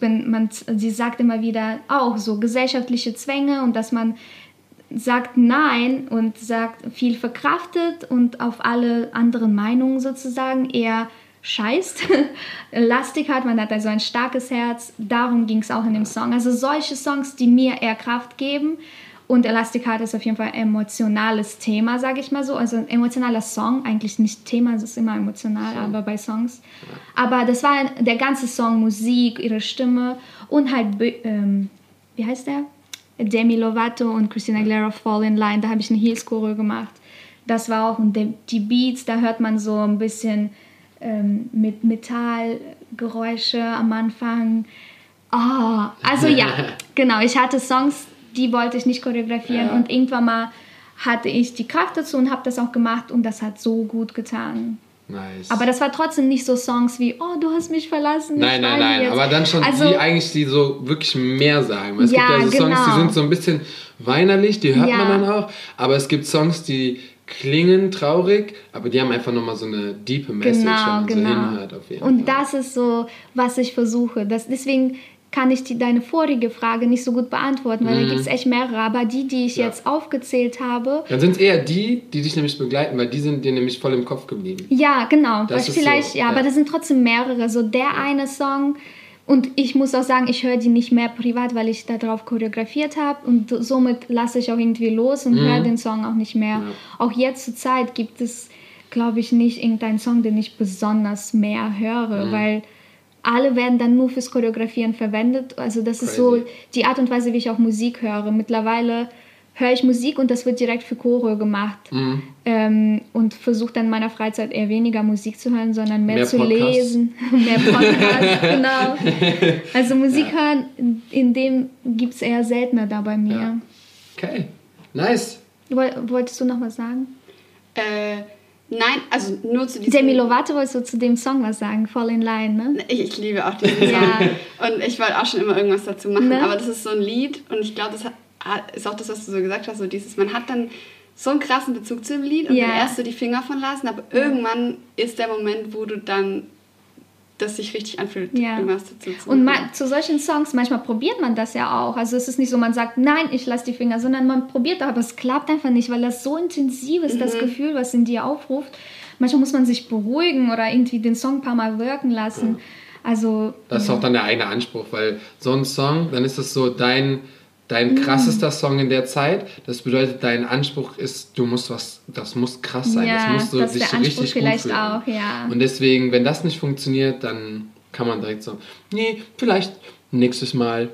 sie sagt immer wieder auch so gesellschaftliche Zwänge und dass man sagt Nein und sagt viel verkraftet und auf alle anderen Meinungen sozusagen eher scheißt. Elastic Heart, man hat also ein starkes Herz, darum ging es auch in dem Song. Also solche Songs, die mir eher Kraft geben. Und Elastic Heart ist auf jeden Fall ein emotionales Thema, sage ich mal so. Also ein emotionaler Song, eigentlich nicht Thema, es ist immer emotional, aber bei Songs. Aber das war der ganze Song, Musik, ihre Stimme und halt, wie heißt der? Demi Lovato und Christina Aguilera, Fall in Line, da habe ich eine Heels-Choreo gemacht. Das war auch, und die Beats, da hört man so ein bisschen mit Metallgeräusche am Anfang. Oh, also ja, genau, ich hatte Songs, die wollte ich nicht choreografieren und irgendwann mal hatte ich die Kraft dazu und habe das auch gemacht und das hat so gut getan. Nice. Aber das war trotzdem nicht so Songs wie, oh, du hast mich verlassen. Nein, aber dann schon die so wirklich mehr sagen. Es gibt ja so Songs, die sind so ein bisschen weinerlich, die hört man dann auch, aber es gibt Songs, die klingen traurig, aber die haben einfach nochmal so eine deep Message, wenn man so hinhört. Auf jeden Fall. Und das ist so, was ich versuche. Deswegen kann ich deine vorige Frage nicht so gut beantworten, weil da gibt es echt mehrere. Aber die ich jetzt aufgezählt habe... Dann sind es eher die dich nämlich begleiten, weil die sind dir nämlich voll im Kopf geblieben. Ja, genau. Das ist vielleicht, so, aber das sind trotzdem mehrere. So der eine Song... Und ich muss auch sagen, ich höre die nicht mehr privat, weil ich darauf choreografiert habe. Und somit lasse ich auch irgendwie los und höre den Song auch nicht mehr. Ja. Auch jetzt zur Zeit gibt es, glaube ich, nicht irgendeinen Song, den ich besonders mehr höre, weil... Alle werden dann nur fürs Choreografieren verwendet. Also das ist so die Art und Weise, wie ich auch Musik höre. Mittlerweile höre ich Musik und das wird direkt für Choreo gemacht. Und versuche dann in meiner Freizeit eher weniger Musik zu hören, sondern mehr zu Podcasts. Lesen. Mehr Podcasts, genau. Also Musik hören, in dem gibt es eher seltener da bei mir. Ja. Okay, nice. Wolltest du noch was sagen? Nein, also nur zu diesem... Demi Lovato, wolltest du zu dem Song was sagen? Fall in Line, ne? Ich liebe auch diesen Song. Und ich wollte auch schon immer irgendwas dazu machen. Ne? Aber das ist so ein Lied und ich glaube, das ist auch das, was du so gesagt hast, so dieses, man hat dann so einen krassen Bezug zu dem Lied und will erst so die Finger von lassen, aber irgendwann ist der Moment, wo du dann das sich richtig anfühlt, irgendwas dazu zu machen. Und zu solchen Songs, manchmal probiert man das ja auch. Also es ist nicht so, man sagt, nein, ich lasse die Finger, sondern man probiert das, aber es klappt einfach nicht, weil das so intensiv ist, das Gefühl, was in dir aufruft. Manchmal muss man sich beruhigen oder irgendwie den Song ein paar Mal wirken lassen. Also, das ist auch dann der eigene Anspruch, weil so ein Song, dann ist das so dein krassester Song in der Zeit. Das bedeutet, dein Anspruch ist, das muss krass sein. Ja, das muss so das sich der richtig Anspruch vielleicht gut fühlen. auch, ja. Und deswegen, wenn das nicht funktioniert, dann kann man direkt so, nee, vielleicht nächstes Mal.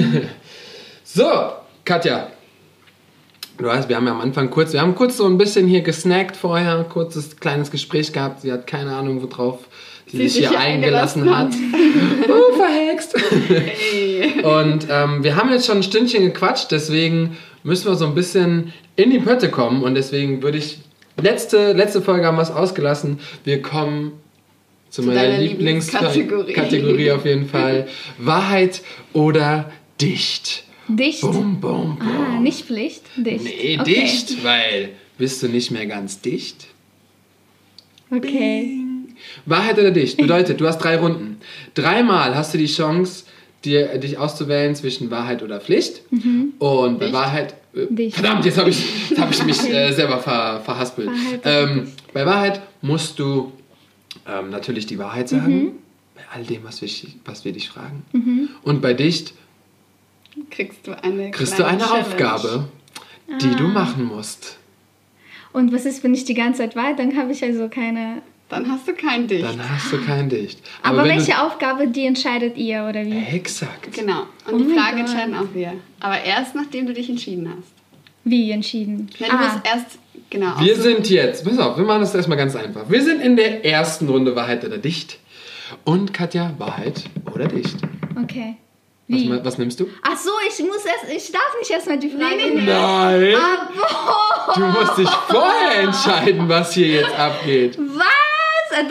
So, Katja. Du weißt, wir haben ja am Anfang kurz so ein bisschen hier gesnackt vorher, kurzes kleines Gespräch gehabt. Sie hat keine Ahnung, worauf sie sich hier eingelassen hat. Verhext. Hey. Und wir haben jetzt schon ein Stündchen gequatscht, deswegen müssen wir so ein bisschen in die Pötte kommen. Und deswegen würde ich, letzte Folge haben wir es ausgelassen. Wir kommen zu meiner Lieblingskategorie auf jeden Fall. Wahrheit oder Dicht? Bum, bum, bum. Nicht Pflicht, Dicht. Nee, okay. Dicht, weil bist du nicht mehr ganz dicht? Okay. Bing. Wahrheit oder Dicht bedeutet, du hast 3 Runden. 3-mal hast du die Chance, dich auszuwählen zwischen Wahrheit oder Pflicht. Und bei Wahrheit... verdammt, jetzt hab ich mich selber verhaspelt. Bei Wahrheit musst du natürlich die Wahrheit sagen. Bei all dem, was wir dich fragen. Und bei Dicht... kriegst du eine Aufgabe, die du machen musst. Und was ist, wenn ich die ganze Zeit weiß? Dann habe ich also keine... Dann hast du kein Dicht. Aber welche Aufgabe, die entscheidet ihr, oder wie? Exakt. Genau. Und die Frage entscheiden auch wir. Aber erst, nachdem du dich entschieden hast. Wie entschieden? Na, du musst erst, genau. Wir sind jetzt, pass auf, wir machen das erstmal ganz einfach. Wir sind in der ersten Runde Wahrheit oder Dicht. Und Katja, Wahrheit oder Dicht? Okay. Was nimmst du? Ach so, ich darf nicht erstmal die Frage nehmen. Nein! Du musst dich vorher entscheiden, was hier jetzt abgeht. Was? So kenne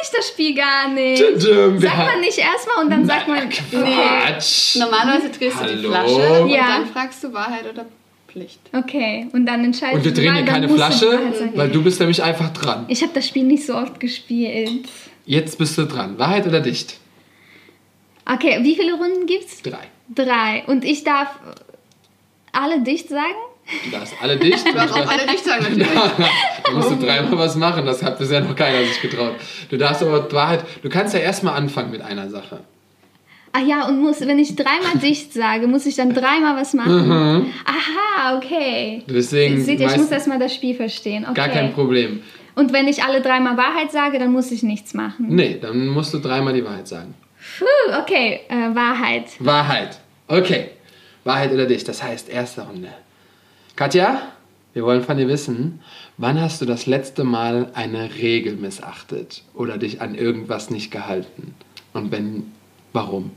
ich das Spiel gar nicht. Sagt man nicht erstmal und dann sagt man... Quatsch. Normalerweise drehst du die Flasche und dann fragst du Wahrheit oder Pflicht. Okay, und dann entscheidest du... Und wir drehen hier keine Flasche, weil du bist nämlich einfach dran. Ich habe das Spiel nicht so oft gespielt. Jetzt bist du dran. Wahrheit oder dicht? Okay, wie viele Runden gibt's? 3. Und ich darf alle dicht sagen? Du darfst alle dicht. Du darfst auch alle dicht sagen, natürlich. Da musst du 3-mal was machen. Das hat bisher noch keiner sich getraut. Du darfst aber Wahrheit... Du kannst ja erstmal anfangen mit einer Sache. Ach ja, und wenn ich 3-mal dicht sage, muss ich dann 3-mal was machen? Aha, okay. Deswegen seht ihr, ich muss erstmal das Spiel verstehen. Okay. Gar kein Problem. Und wenn ich alle 3-mal Wahrheit sage, dann muss ich nichts machen? Nee, dann musst du 3-mal die Wahrheit sagen. Okay, Wahrheit. Wahrheit. Okay. Wahrheit oder dicht. Das heißt, erste Runde. Katja, wir wollen von dir wissen, wann hast du das letzte Mal eine Regel missachtet oder dich an irgendwas nicht gehalten? Und wenn, warum?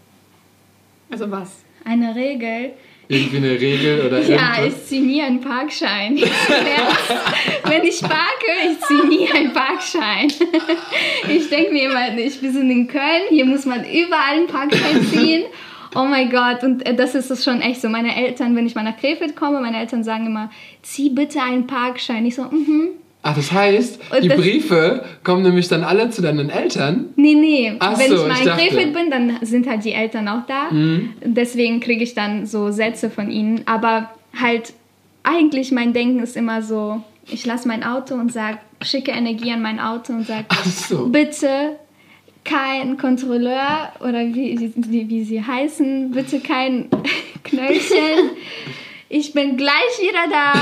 Also was? Eine Regel? Irgendwie eine Regel oder irgendwas? Ja, ich ziehe nie einen Parkschein. Wenn ich parke, ich ziehe nie einen Parkschein. Ich denke mir immer, wir sind in Köln, hier muss man überall einen Parkschein ziehen. Oh mein Gott, und das ist schon echt so. Meine Eltern, wenn ich mal nach Krefeld komme, meine Eltern sagen immer, zieh bitte einen Parkschein. Ich so, Ach, das heißt, die Briefe kommen nämlich dann alle zu deinen Eltern? Nee. Ach wenn so, ich mal in Krefeld bin, dann sind halt die Eltern auch da. Deswegen kriege ich dann so Sätze von ihnen. Aber halt, eigentlich mein Denken ist immer so, ich lasse mein Auto und schicke Energie an mein Auto und sage, bitte kein Kontrolleur oder wie sie heißen, bitte kein Knöllchen. Ich bin gleich wieder da.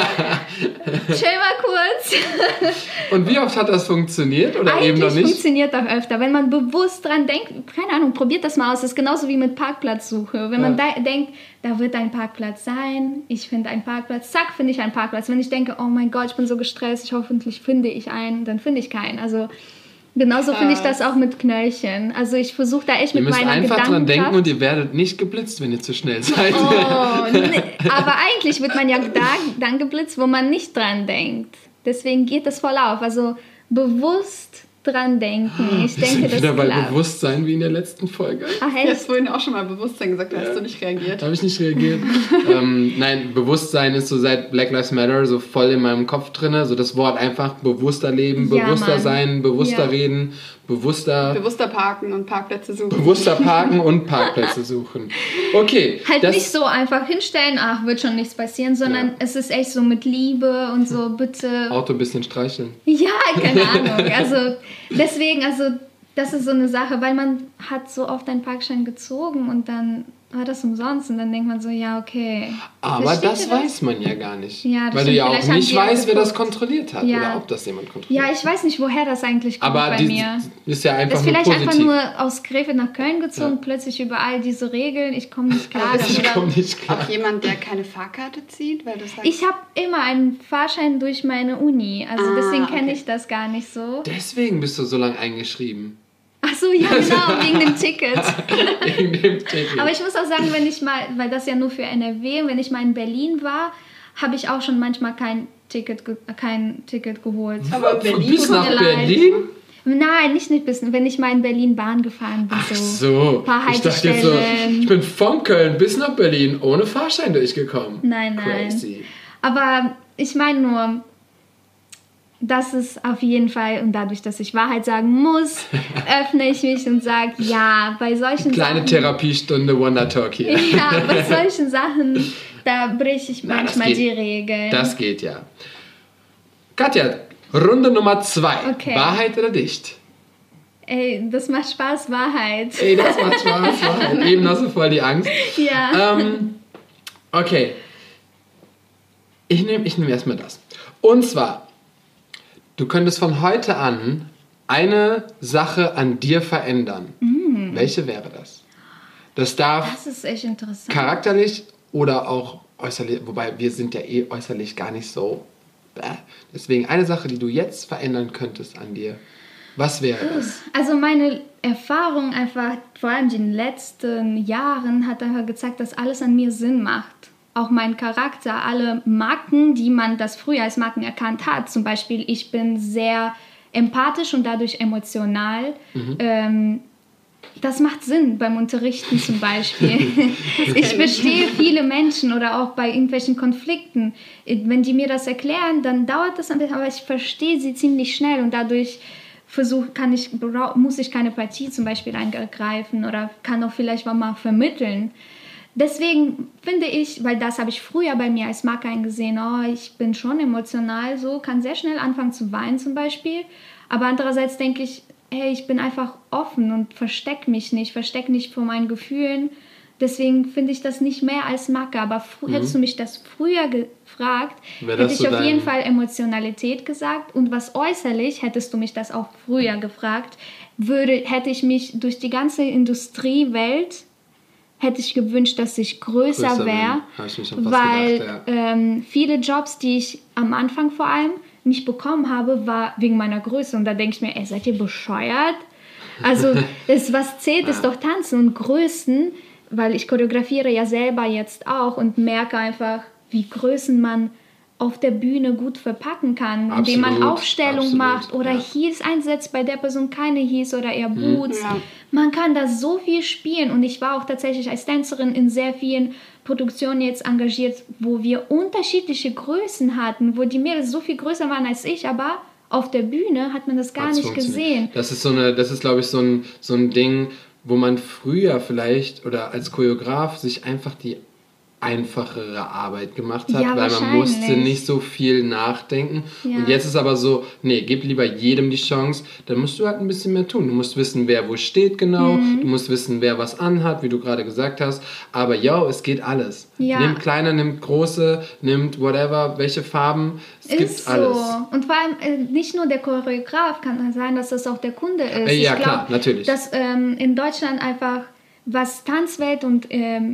Chill mal kurz. Und wie oft hat das funktioniert oder eigentlich eben noch nicht? Funktioniert auch öfter. Wenn man bewusst dran denkt, keine Ahnung, probiert das mal aus. Das ist genauso wie mit Parkplatzsuche. Wenn man denkt, da wird ein Parkplatz sein, ich finde einen Parkplatz, zack, finde ich einen Parkplatz. Wenn ich denke, oh mein Gott, ich bin so gestresst, hoffentlich finde ich einen, dann finde ich keinen. Also genauso finde ich das auch mit Knöllchen. Also ich versuche da echt mit meiner Gedankenkraft... Ihr müsst einfach dran denken und ihr werdet nicht geblitzt, wenn ihr zu schnell seid. Nee. Aber eigentlich wird man ja dann geblitzt, wo man nicht dran denkt. Deswegen geht das voll auf. Also bewusst dran denken. Ich denke, das wieder bei Bewusstsein wie in der letzten Folge. Ach, echt? Du hast vorhin auch schon mal Bewusstsein gesagt, da hast du nicht reagiert. Habe ich nicht reagiert. Nein, Bewusstsein ist so seit Black Lives Matter so voll in meinem Kopf drin. So das Wort einfach bewusster leben, bewusster sein, bewusster reden, bewusster parken und Parkplätze suchen. Bewusster parken und Parkplätze suchen. Okay. Halt nicht so einfach hinstellen, wird schon nichts passieren, sondern es ist echt so mit Liebe und so, bitte. Auto ein bisschen streicheln. Ja, keine Ahnung. Also deswegen, das ist so eine Sache, weil man hat so oft einen Parkschein gezogen und dann war das umsonst und dann denkt man so, ja, okay. Aber das weiß man ja gar nicht. Ja, weil du ja auch nicht weißt, wer das kontrolliert hat oder ob das jemand kontrolliert hat. Ja, ich weiß nicht, woher das eigentlich kommt bei mir. Ist ja einfach ist vielleicht einfach nur aus Krefeld nach Köln gezogen, plötzlich überall diese Regeln, ich komme nicht klar. Auch jemand, der keine Fahrkarte zieht? Weil das ich habe immer einen Fahrschein durch meine Uni, also deswegen kenne ich das gar nicht so. Deswegen bist du so lange eingeschrieben. Ach so, ja genau, wegen dem Ticket. Wegen dem Ticket. Aber ich muss auch sagen, wenn ich mal, weil das ja nur für NRW, wenn ich mal in Berlin war, habe ich auch schon manchmal kein Ticket geholt. Aber Berlin, bis nach Berlin? Nein, nicht bis, wenn ich mal in Berlin Bahn gefahren bin. Ach so, ein paar ich dachte jetzt so, ich bin von Köln bis nach Berlin ohne Fahrschein durchgekommen. Nein. Crazy. Aber ich meine nur, das ist auf jeden Fall, und dadurch, dass ich Wahrheit sagen muss, öffne ich mich und sage, ja, bei solchen Kleine Therapiestunde Wonder Talk hier. Ja, bei solchen Sachen, da breche ich manchmal die Regeln. Das geht ja. Katja, Runde Nummer 2. Okay. Wahrheit oder dicht? Ey, das macht Spaß, Wahrheit. Ey, das macht Spaß, Wahrheit. Eben hast du voll die Angst. Ja. Okay. Ich nehm erstmal das. Und zwar, du könntest von heute an eine Sache an dir verändern. Welche wäre das? Das ist echt interessant. Charakterlich oder auch äußerlich, wobei wir sind ja äußerlich gar nicht so. Deswegen eine Sache, die du jetzt verändern könntest an dir. Was wäre das? Also meine Erfahrung einfach, vor allem in den letzten Jahren, hat einfach gezeigt, dass alles an mir Sinn macht. Auch mein Charakter, alle Marken, die man das früher als Marken erkannt hat. Zum Beispiel, ich bin sehr empathisch und dadurch emotional. Das macht Sinn beim Unterrichten zum Beispiel. Ich verstehe viele Menschen oder auch bei irgendwelchen Konflikten. Wenn die mir das erklären, dann dauert das ein bisschen, aber ich verstehe sie ziemlich schnell und dadurch muss ich keine Partie zum Beispiel eingreifen oder kann auch vielleicht mal vermitteln. Deswegen finde ich, weil das habe ich früher bei mir als Marke eingesehen, ich bin schon emotional, so kann sehr schnell anfangen zu weinen zum Beispiel. Aber andererseits denke ich, hey, ich bin einfach offen und verstecke mich nicht vor meinen Gefühlen. Deswegen finde ich das nicht mehr als Macke. Aber hättest du mich das früher gefragt, hätte ich auf jeden Fall Emotionalität gesagt. Und was äußerlich, hättest du mich das auch früher gefragt, hätte ich mich durch die ganze Industriewelt, hätte ich gewünscht, dass ich größer wäre. Weil gedacht, viele Jobs, die ich am Anfang vor allem nicht bekommen habe, war wegen meiner Größe. Und da denke ich mir, seid ihr bescheuert? Also was zählt, ist doch Tanzen und Größen, weil ich choreografiere ja selber jetzt auch und merke einfach, wie Größen man auf der Bühne gut verpacken kann, indem man Aufstellung macht oder Heels einsetzt, bei der Person keine Heels oder eher Boots. Ja. Man kann da so viel spielen und ich war auch tatsächlich als Tänzerin in sehr vielen Produktionen jetzt engagiert, wo wir unterschiedliche Größen hatten, wo die Mädels so viel größer waren als ich, aber auf der Bühne hat man das gar nicht gesehen. Das ist glaube ich, so ein Ding, wo man früher vielleicht oder als Choreograf sich einfach die einfachere Arbeit gemacht hat, weil man musste nicht so viel nachdenken. Ja. Und jetzt ist aber so, gib lieber jedem die Chance, dann musst du halt ein bisschen mehr tun. Du musst wissen, wer wo steht genau, du musst wissen, wer was anhat, wie du gerade gesagt hast. Aber es geht alles. Ja. Nimmt kleine, nimmt große, nimmt whatever, welche Farben, es gibt alles. Und vor allem nicht nur der Choreograf, kann sein, dass das auch der Kunde ist. Ja, klar, natürlich. Dass in Deutschland einfach, was Tanzwelt und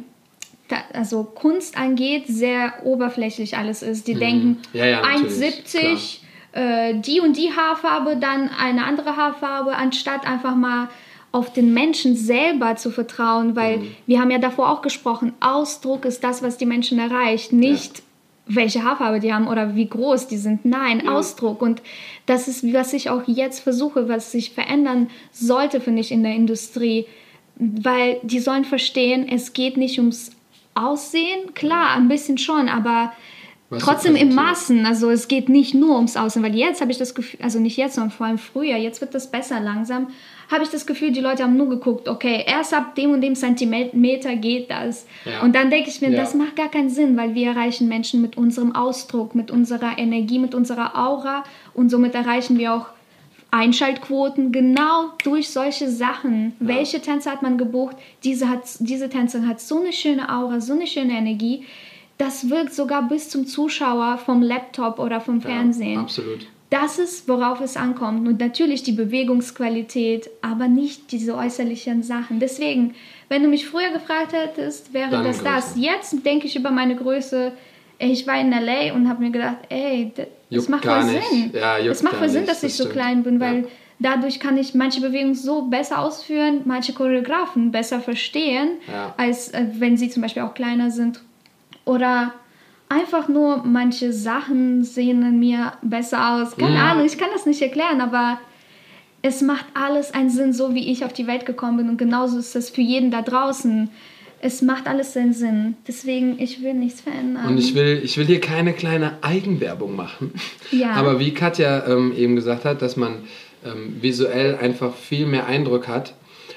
also Kunst angeht, sehr oberflächlich alles ist. Die denken, 1,70, die und die Haarfarbe, dann eine andere Haarfarbe, anstatt einfach mal auf den Menschen selber zu vertrauen, weil wir haben ja davor auch gesprochen, Ausdruck ist das, was die Menschen erreicht, nicht welche Haarfarbe die haben oder wie groß die sind. Nein, Ausdruck. Und das ist, was ich auch jetzt versuche, was sich verändern sollte, finde ich, in der Industrie, weil die sollen verstehen, es geht nicht ums Aussehen, klar, ein bisschen schon, aber trotzdem im Maßen. Also es geht nicht nur ums Aussehen, weil jetzt habe ich das Gefühl, also nicht jetzt, sondern vor allem früher, jetzt wird das besser langsam, habe ich das Gefühl, die Leute haben nur geguckt, okay, erst ab dem und dem Zentimeter geht das. Ja. Und dann denke ich mir, das macht gar keinen Sinn, weil wir erreichen Menschen mit unserem Ausdruck, mit unserer Energie, mit unserer Aura und somit erreichen wir auch Einschaltquoten genau durch solche Sachen. Ja. Welche Tänzer hat man gebucht? Diese Tänzerin hat so eine schöne Aura, so eine schöne Energie. Das wirkt sogar bis zum Zuschauer vom Laptop oder vom Fernsehen. Absolut. Das ist, worauf es ankommt. Und natürlich die Bewegungsqualität, aber nicht diese äußerlichen Sachen. Deswegen, wenn du mich früher gefragt hättest, wäre dann das. Jetzt denke ich über meine Größe. Ich war in L.A. und habe mir gedacht, das macht voll Sinn. Ja, es macht voll Sinn, dass ich so klein bin, weil dadurch kann ich manche Bewegungen so besser ausführen, manche Choreografen besser verstehen, als wenn sie zum Beispiel auch kleiner sind. Oder einfach nur manche Sachen sehen in mir besser aus. Keine Ahnung, ich kann das nicht erklären, aber es macht alles einen Sinn, so wie ich auf die Welt gekommen bin. Und genauso ist das für jeden da draußen. Es macht alles seinen Sinn. Deswegen, ich will nichts verändern. Und ich will hier keine kleine Eigenwerbung machen. Ja. Aber wie Katja eben gesagt hat, dass man visuell einfach viel mehr Eindruck hat.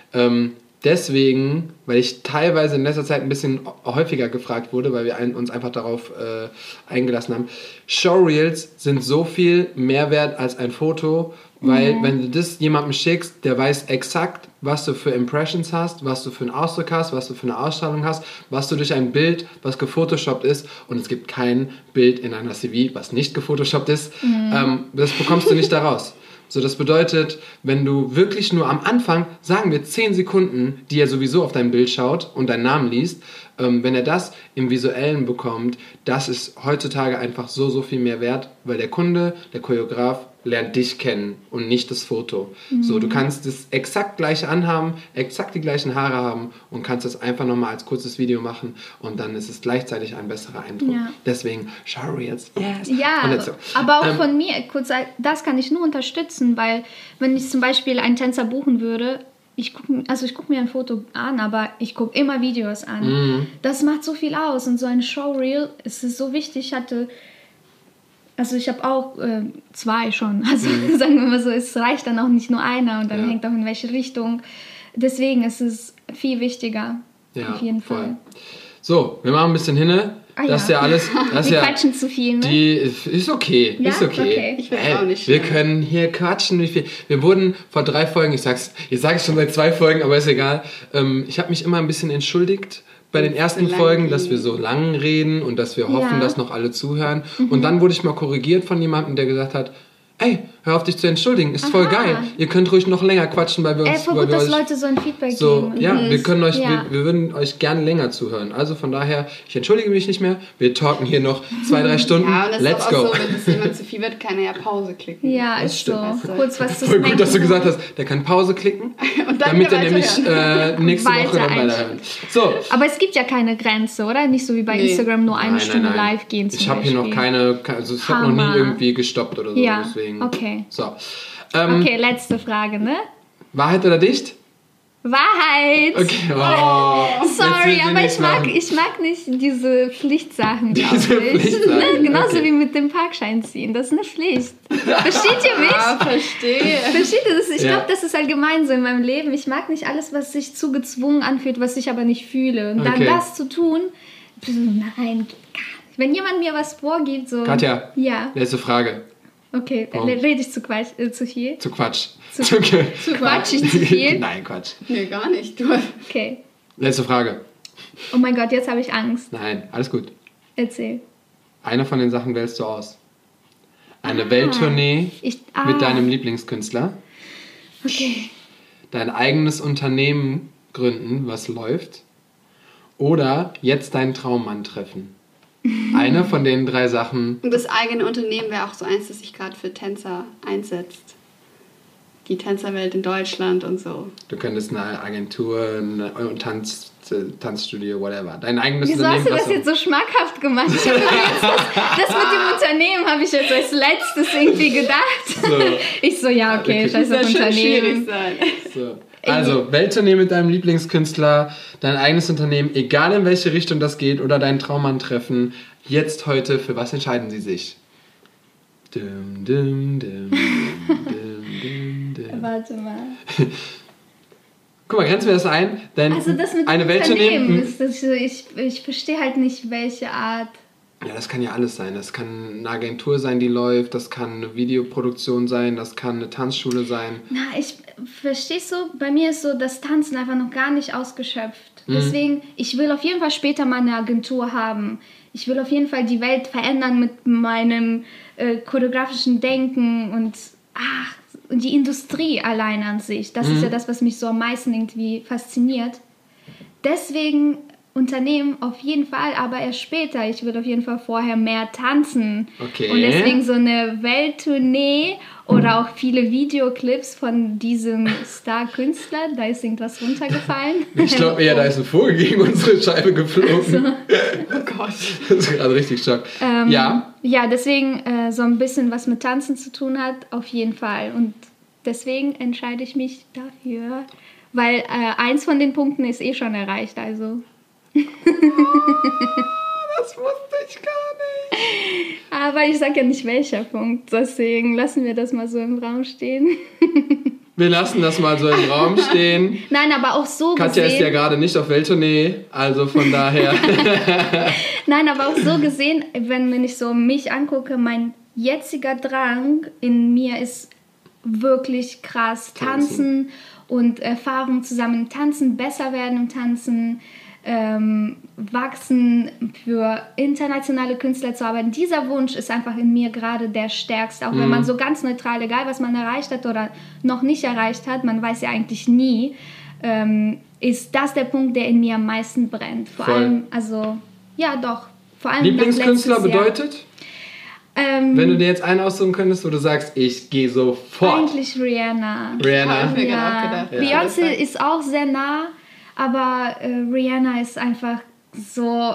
Deswegen, weil ich teilweise in letzter Zeit ein bisschen häufiger gefragt wurde, weil wir uns einfach darauf eingelassen haben. Showreels sind so viel mehr wert als ein Foto, weil wenn du das jemandem schickst, der weiß exakt, was du für Impressions hast, was du für einen Ausdruck hast, was du für eine Ausstrahlung hast, was du durch ein Bild, was gefotoshoppt ist, und es gibt kein Bild in einer CV, was nicht gefotoshoppt ist, das bekommst du nicht daraus. So, das bedeutet, wenn du wirklich nur am Anfang, sagen wir 10 Sekunden, die er sowieso auf dein Bild schaut und deinen Namen liest, wenn er das im Visuellen bekommt, das ist heutzutage einfach so viel mehr wert, weil der Kunde, der Choreograf lernt dich kennen und nicht das Foto. So, du kannst das exakt gleiche anhaben, exakt die gleichen Haare haben und kannst das einfach nochmal als kurzes Video machen und dann ist es gleichzeitig ein besserer Eindruck. Ja. Deswegen, show Reels, yes. Ja, Und jetzt so. aber auch von mir, kurz, das kann ich nur unterstützen, weil wenn ich zum Beispiel einen Tänzer buchen würde, ich guck mir ein Foto an, aber ich gucke immer Videos an. Das macht so viel aus und so ein Showreel, es ist so wichtig. Ich habe auch 2 schon. Also sagen wir mal so, es reicht dann auch nicht nur einer und dann hängt auch in welche Richtung. Deswegen ist es viel wichtiger. Ja, auf jeden voll. Fall. So, wir machen ein bisschen hinne. Das ist ja alles. Wir quatschen zu viel, ne? Ist okay. Ja? Ist okay. Okay. Ich will auch nicht. Wir können hier quatschen, wie viel. Wir wurden vor 3 Folgen, jetzt sage ich schon seit 2 Folgen, aber ist egal. Ich habe mich immer ein bisschen entschuldigt bei den ersten Folgen, dass wir so lang reden und dass wir hoffen, dass noch alle zuhören. Und dann wurde ich mal korrigiert von jemandem, der gesagt hat, ey, hör auf dich zu entschuldigen, ist voll geil. Ihr könnt ruhig noch länger quatschen, weil wir uns... voll gut, dass Leute so ein Feedback geben. Ja, wir würden euch gerne länger zuhören. Also von daher, ich entschuldige mich nicht mehr. Wir talken hier noch 2-3 Stunden. Ja, und das Let's ist auch go. so, wenn es jemand zu viel wird, kann er ja Pause klicken. Ja, Das ist stimmt. so. Kurz was zu Voll snacken. gut, dass du gesagt hast, der kann Pause klicken, Und dann damit wieder er nämlich nächste Woche dann weiterhören. So. Aber es gibt ja keine Grenze, oder? Nicht so wie bei Instagram nur eine Stunde live gehen zum Ich habe hier noch Beispiel. ich habe noch nie irgendwie gestoppt oder so. Ja, deswegen. okay. So. Okay, letzte Frage, ne? Wahrheit oder dicht? Wahrheit! Okay. Oh, Sorry, jetzt will aber nichts machen. ich mag nicht diese Pflichtsachen, glaube Diese ich. Pflichtsachen, Genauso okay. wie mit dem Parkschein ziehen. Das ist eine Pflicht. Versteht ihr mich? Ah, verstehe. Versteht ihr das? Ich Ja. glaube, das ist allgemein so in meinem Leben. Ich mag nicht alles, was sich zu gezwungen anfühlt, was ich aber nicht fühle. Und dann Okay. das zu tun, nein, geht gar nicht. Wenn jemand mir was vorgibt, so... Katja, Ja, letzte Frage. okay. Warum? Rede ich zu viel? Zu Quatsch. Quatsch ich zu viel? Nein, Quatsch. Nee, gar nicht. Du. Okay. Letzte Frage. Oh mein Gott, jetzt habe ich Angst. Nein, alles gut. Erzähl. Eine von den Sachen wählst du aus. Eine Welttournee mit deinem Lieblingskünstler. Okay. Dein eigenes Unternehmen gründen, was läuft. Oder jetzt deinen Traummann treffen. Eine von den 3 Sachen. Und das eigene Unternehmen wäre auch so eins, das sich gerade für Tänzer einsetzt. Die Tänzerwelt in Deutschland und so. Du könntest eine Agentur, ein Tanzstudio, whatever. Dein eigenes Wieso Unternehmen. hast du das jetzt so schmackhaft gemacht? Ich habe jetzt das mit dem Unternehmen habe ich jetzt als letztes irgendwie gedacht. So. Ich so, ja, okay, scheiß Das auf soll schon schwierig Unternehmen. sein. So. Also, Welttournee mit deinem Lieblingskünstler, dein eigenes Unternehmen, egal in welche Richtung das geht, oder dein Traummann treffen. Jetzt heute, für was entscheiden Sie sich? Dum, dum, dum, dum, dum, dum. Warte mal. Guck mal, grenzen wir das ein? Denn Also das mit eine dem Welttournee. Unternehmen, ist das so, ich verstehe halt nicht, welche Art. Ja, das kann ja alles sein. Das kann eine Agentur sein, die läuft, das kann eine Videoproduktion sein, das kann eine Tanzschule sein. Na, verstehst du, bei mir ist so das Tanzen einfach noch gar nicht ausgeschöpft. Deswegen, ich will auf jeden Fall später mal eine Agentur haben. Ich will auf jeden Fall die Welt verändern mit meinem choreografischen Denken und die Industrie allein an sich. Das ist ja das, was mich so am meisten irgendwie fasziniert. Deswegen Unternehmen auf jeden Fall, aber erst später. Ich will auf jeden Fall vorher mehr tanzen. Okay. Und deswegen so eine Welttournee oder auch viele Videoclips von diesem Star-Künstler. Da ist irgendwas runtergefallen. Ich glaube eher, da ist ein Vogel gegen unsere Scheibe geflogen. Oh Gott. Das ist gerade richtig Schock. Ja. Ja, deswegen so ein bisschen was mit Tanzen zu tun hat, auf jeden Fall. Und deswegen entscheide ich mich dafür. Weil eins von den Punkten ist eh schon erreicht, also... Das wusste ich gar nicht. Aber ich sage ja nicht welcher Punkt, deswegen lassen wir das mal so im Raum stehen. Wir lassen das mal so im Raum stehen. Nein, aber auch so Katja gesehen... ist ja gerade nicht auf Welttournee, also von daher... Nein, aber auch so gesehen, wenn ich so mich angucke, mein jetziger Drang in mir ist wirklich krass. Tanzen und Erfahrung zusammen im Tanzen, besser werden im Tanzen... wachsen, für internationale Künstler zu arbeiten. Dieser Wunsch ist einfach in mir gerade der stärkste. Auch wenn man so ganz neutral, egal was man erreicht hat oder noch nicht erreicht hat, man weiß ja eigentlich nie, ist das der Punkt, der in mir am meisten brennt. Vor allem, also, ja doch. Vor allem Lieblingskünstler letztes Jahr. bedeutet? Wenn du dir jetzt einen aussuchen könntest, wo du sagst, ich gehe sofort. Eigentlich Rihanna. Rihanna? Hab ich mir gerade gedacht. Beyoncé ist auch sehr nah, aber Rihanna ist einfach so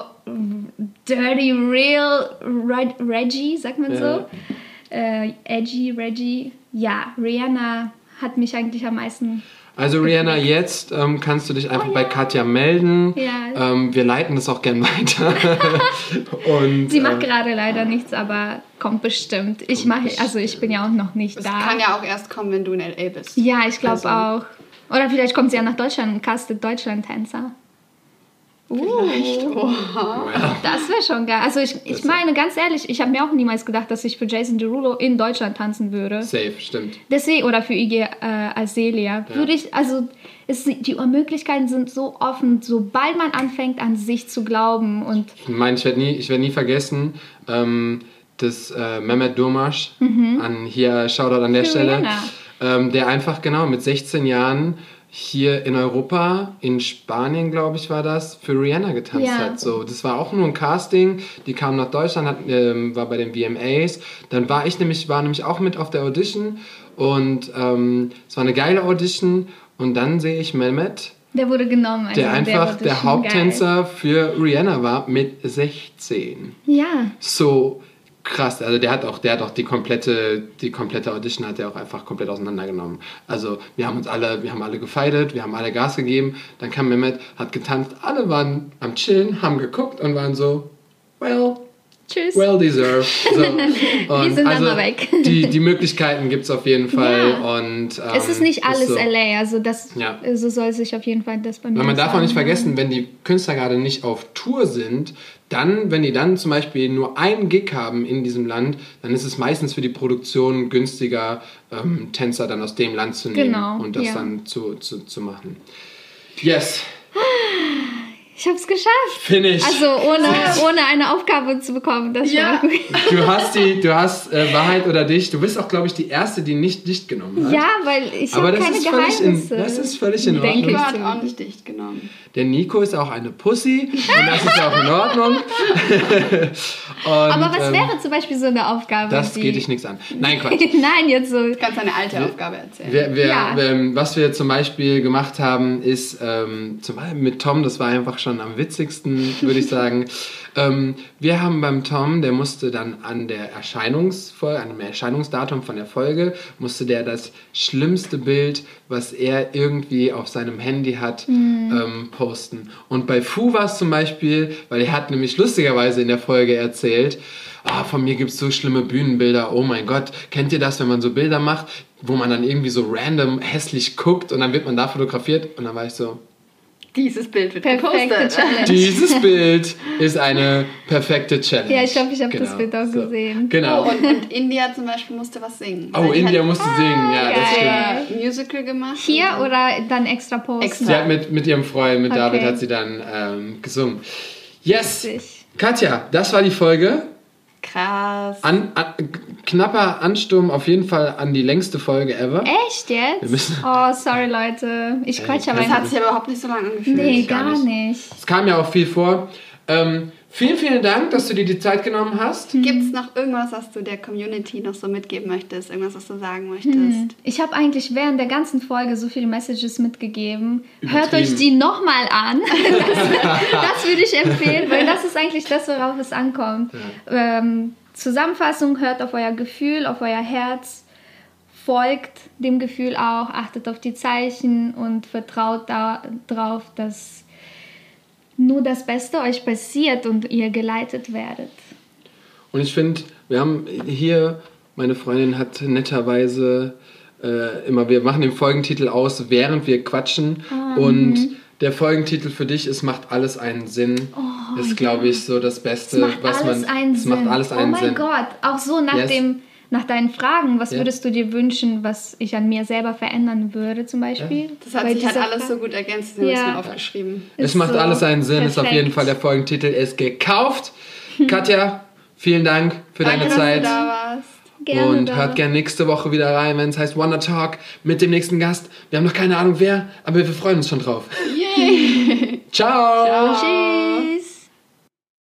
dirty, real, Reggie, sagt man so. Edgy, Reggie. Ja, Rihanna hat mich eigentlich am meisten... Also Rihanna, jetzt kannst du dich einfach bei Katja melden. Ja. Wir leiten das auch gern weiter. Und, Sie macht gerade leider nichts, aber kommt bestimmt. Ich bin ja auch noch nicht da. Das kann ja auch erst kommen, wenn du in L.A. bist. Ja, ich glaube Also- auch. Oder vielleicht kommt sie ja nach Deutschland und castet Deutschland-Tänzer. Vielleicht. Oha. Das wäre schon geil. Also ich meine, ganz ehrlich, ich habe mir auch niemals gedacht, dass ich für Jason Derulo in Deutschland tanzen würde. Safe, stimmt. Deswegen, oder für Iggy Azalea. Würde ich, also die Möglichkeiten sind so offen, sobald man anfängt, an sich zu glauben. Und Ich meine, ich werde nie vergessen, dass Mehmet Durmaz, hier Shoutout an der Für Stelle, Rihanna. der einfach genau mit 16 Jahren hier in Europa, in Spanien, glaube ich, war das, für Rihanna getanzt Ja. hat. So, das war auch nur ein Casting, die kam nach Deutschland, war bei den VMAs. Dann war nämlich auch mit auf der Audition und es war eine geile Audition. Und dann sehe ich Mehmet, der wurde genommen. Also der einfach wurde der schon Haupttänzer für Rihanna war mit 16. Geil. Ja, So krass, also der hat auch die komplette Audition hat er auch einfach komplett auseinandergenommen. Also wir haben alle gefeitet, wir haben alle Gas gegeben, dann kam Mehmet, hat getanzt, alle waren am Chillen, haben geguckt und waren so, tschüss. well deserved. So. Und sind dann mal weg. Die Möglichkeiten gibt es auf jeden Fall. Ja. Und, Es ist nicht alles so. LA, also Ja. so soll sich auf jeden Fall das bei mir Weil man darf auch sagen. nicht vergessen, wenn die Künstler gerade nicht auf Tour sind, wenn die dann zum Beispiel nur einen Gig haben in diesem Land, dann ist es meistens für die Produktion günstiger, Tänzer dann aus dem Land zu nehmen und das dann zu machen. Yes, Ich hab's geschafft. finish. Also ohne eine Aufgabe zu bekommen, das schon mal gut. Du hast Wahrheit oder Dicht. Du bist auch, glaube ich, die Erste, die nicht dicht genommen hat. Ja, weil ich Aber habe das keine ist völlig Geheimnisse. das ist völlig in Denke Ordnung. Nico ich hat so. auch nicht dicht genommen. Der Nico ist auch eine Pussy und das ist auch in Ordnung. Und, Aber was wäre zum Beispiel so eine Aufgabe? das geht dich nichts an. Nein, Quatsch. Nein, jetzt so. Du kannst eine alte Aufgabe erzählen. Ja. Was wir zum Beispiel gemacht haben, ist zum Beispiel mit Tom, das war einfach schon am witzigsten, würde ich sagen. Wir haben beim Tom, der musste dann an dem Erscheinungsdatum von der Folge, musste der das schlimmste Bild, was er irgendwie auf seinem Handy hat, posten. Und bei Fu war es zum Beispiel, weil er hat nämlich lustigerweise in der Folge erzählt, von mir gibt es so schlimme Bühnenbilder, oh mein Gott, kennt ihr das, wenn man so Bilder macht, wo man dann irgendwie so random hässlich guckt und dann wird man da fotografiert und dann war ich so, Dieses Bild wird Perfekte gepostet. Challenge. dieses Bild ist eine perfekte Challenge. Ja, ich glaube, ich habe Genau, das Bild auch so. gesehen. Genau. Oh, und India zum Beispiel musste was singen. Oh, Weil die India hat musste singen, ja, das geil. stimmt. ein Musical gemacht. Hier und oder dann extra posten? Extra. Sie hat mit ihrem Freund, mit Okay. David, hat sie dann gesungen. Yes! Witzig. Katja, das war die Folge. Krass. Knapper Ansturm auf jeden Fall an die längste Folge ever. Echt jetzt? Wir müssen- Oh, sorry Leute. Ich quatsch aber Das hat sich aber überhaupt nicht so lange angefühlt. Nee, gar gar nicht. Es kam ja auch viel vor. Vielen, vielen Dank, dass du dir die Zeit genommen hast. Gibt es noch irgendwas, was du der Community noch so mitgeben möchtest? Irgendwas, was du sagen möchtest? Ich habe eigentlich während der ganzen Folge so viele Messages mitgegeben. Hört Übertrieben. euch die nochmal an. Das würde ich empfehlen, weil das ist eigentlich das, worauf es ankommt. Zusammenfassung, hört auf euer Gefühl, auf euer Herz, folgt dem Gefühl auch, achtet auf die Zeichen und vertraut darauf, dass nur das Beste euch passiert und ihr geleitet werdet. Und ich finde, wir haben hier, meine Freundin hat netterweise wir machen den Folgentitel aus, während wir quatschen. Und der Folgentitel für dich ist Macht alles einen Sinn. Ist, glaube ich, so das Beste, Macht alles einen Sinn. macht alles einen Oh Sinn. mein Gott, auch so nach Yes. nach deinen Fragen, was Ja. würdest du dir wünschen, was ich an mir selber verändern würde zum Beispiel? Das hat Bei sich halt dieser alles Frage? so gut ergänzt, das habe ich Ja. mir aufgeschrieben. Es Ist macht so alles einen Sinn, ist auf jeden perfekt. Fall der Folgentitel, ist gekauft. Katja, vielen Dank für Danke, deine dass Zeit. du da warst. Gerne Und doch. hört gerne nächste Woche wieder rein, wenn es heißt Wonder Talk mit dem nächsten Gast. Wir haben noch keine Ahnung wer, aber wir freuen uns schon drauf. Yay! Ciao. Tschüss.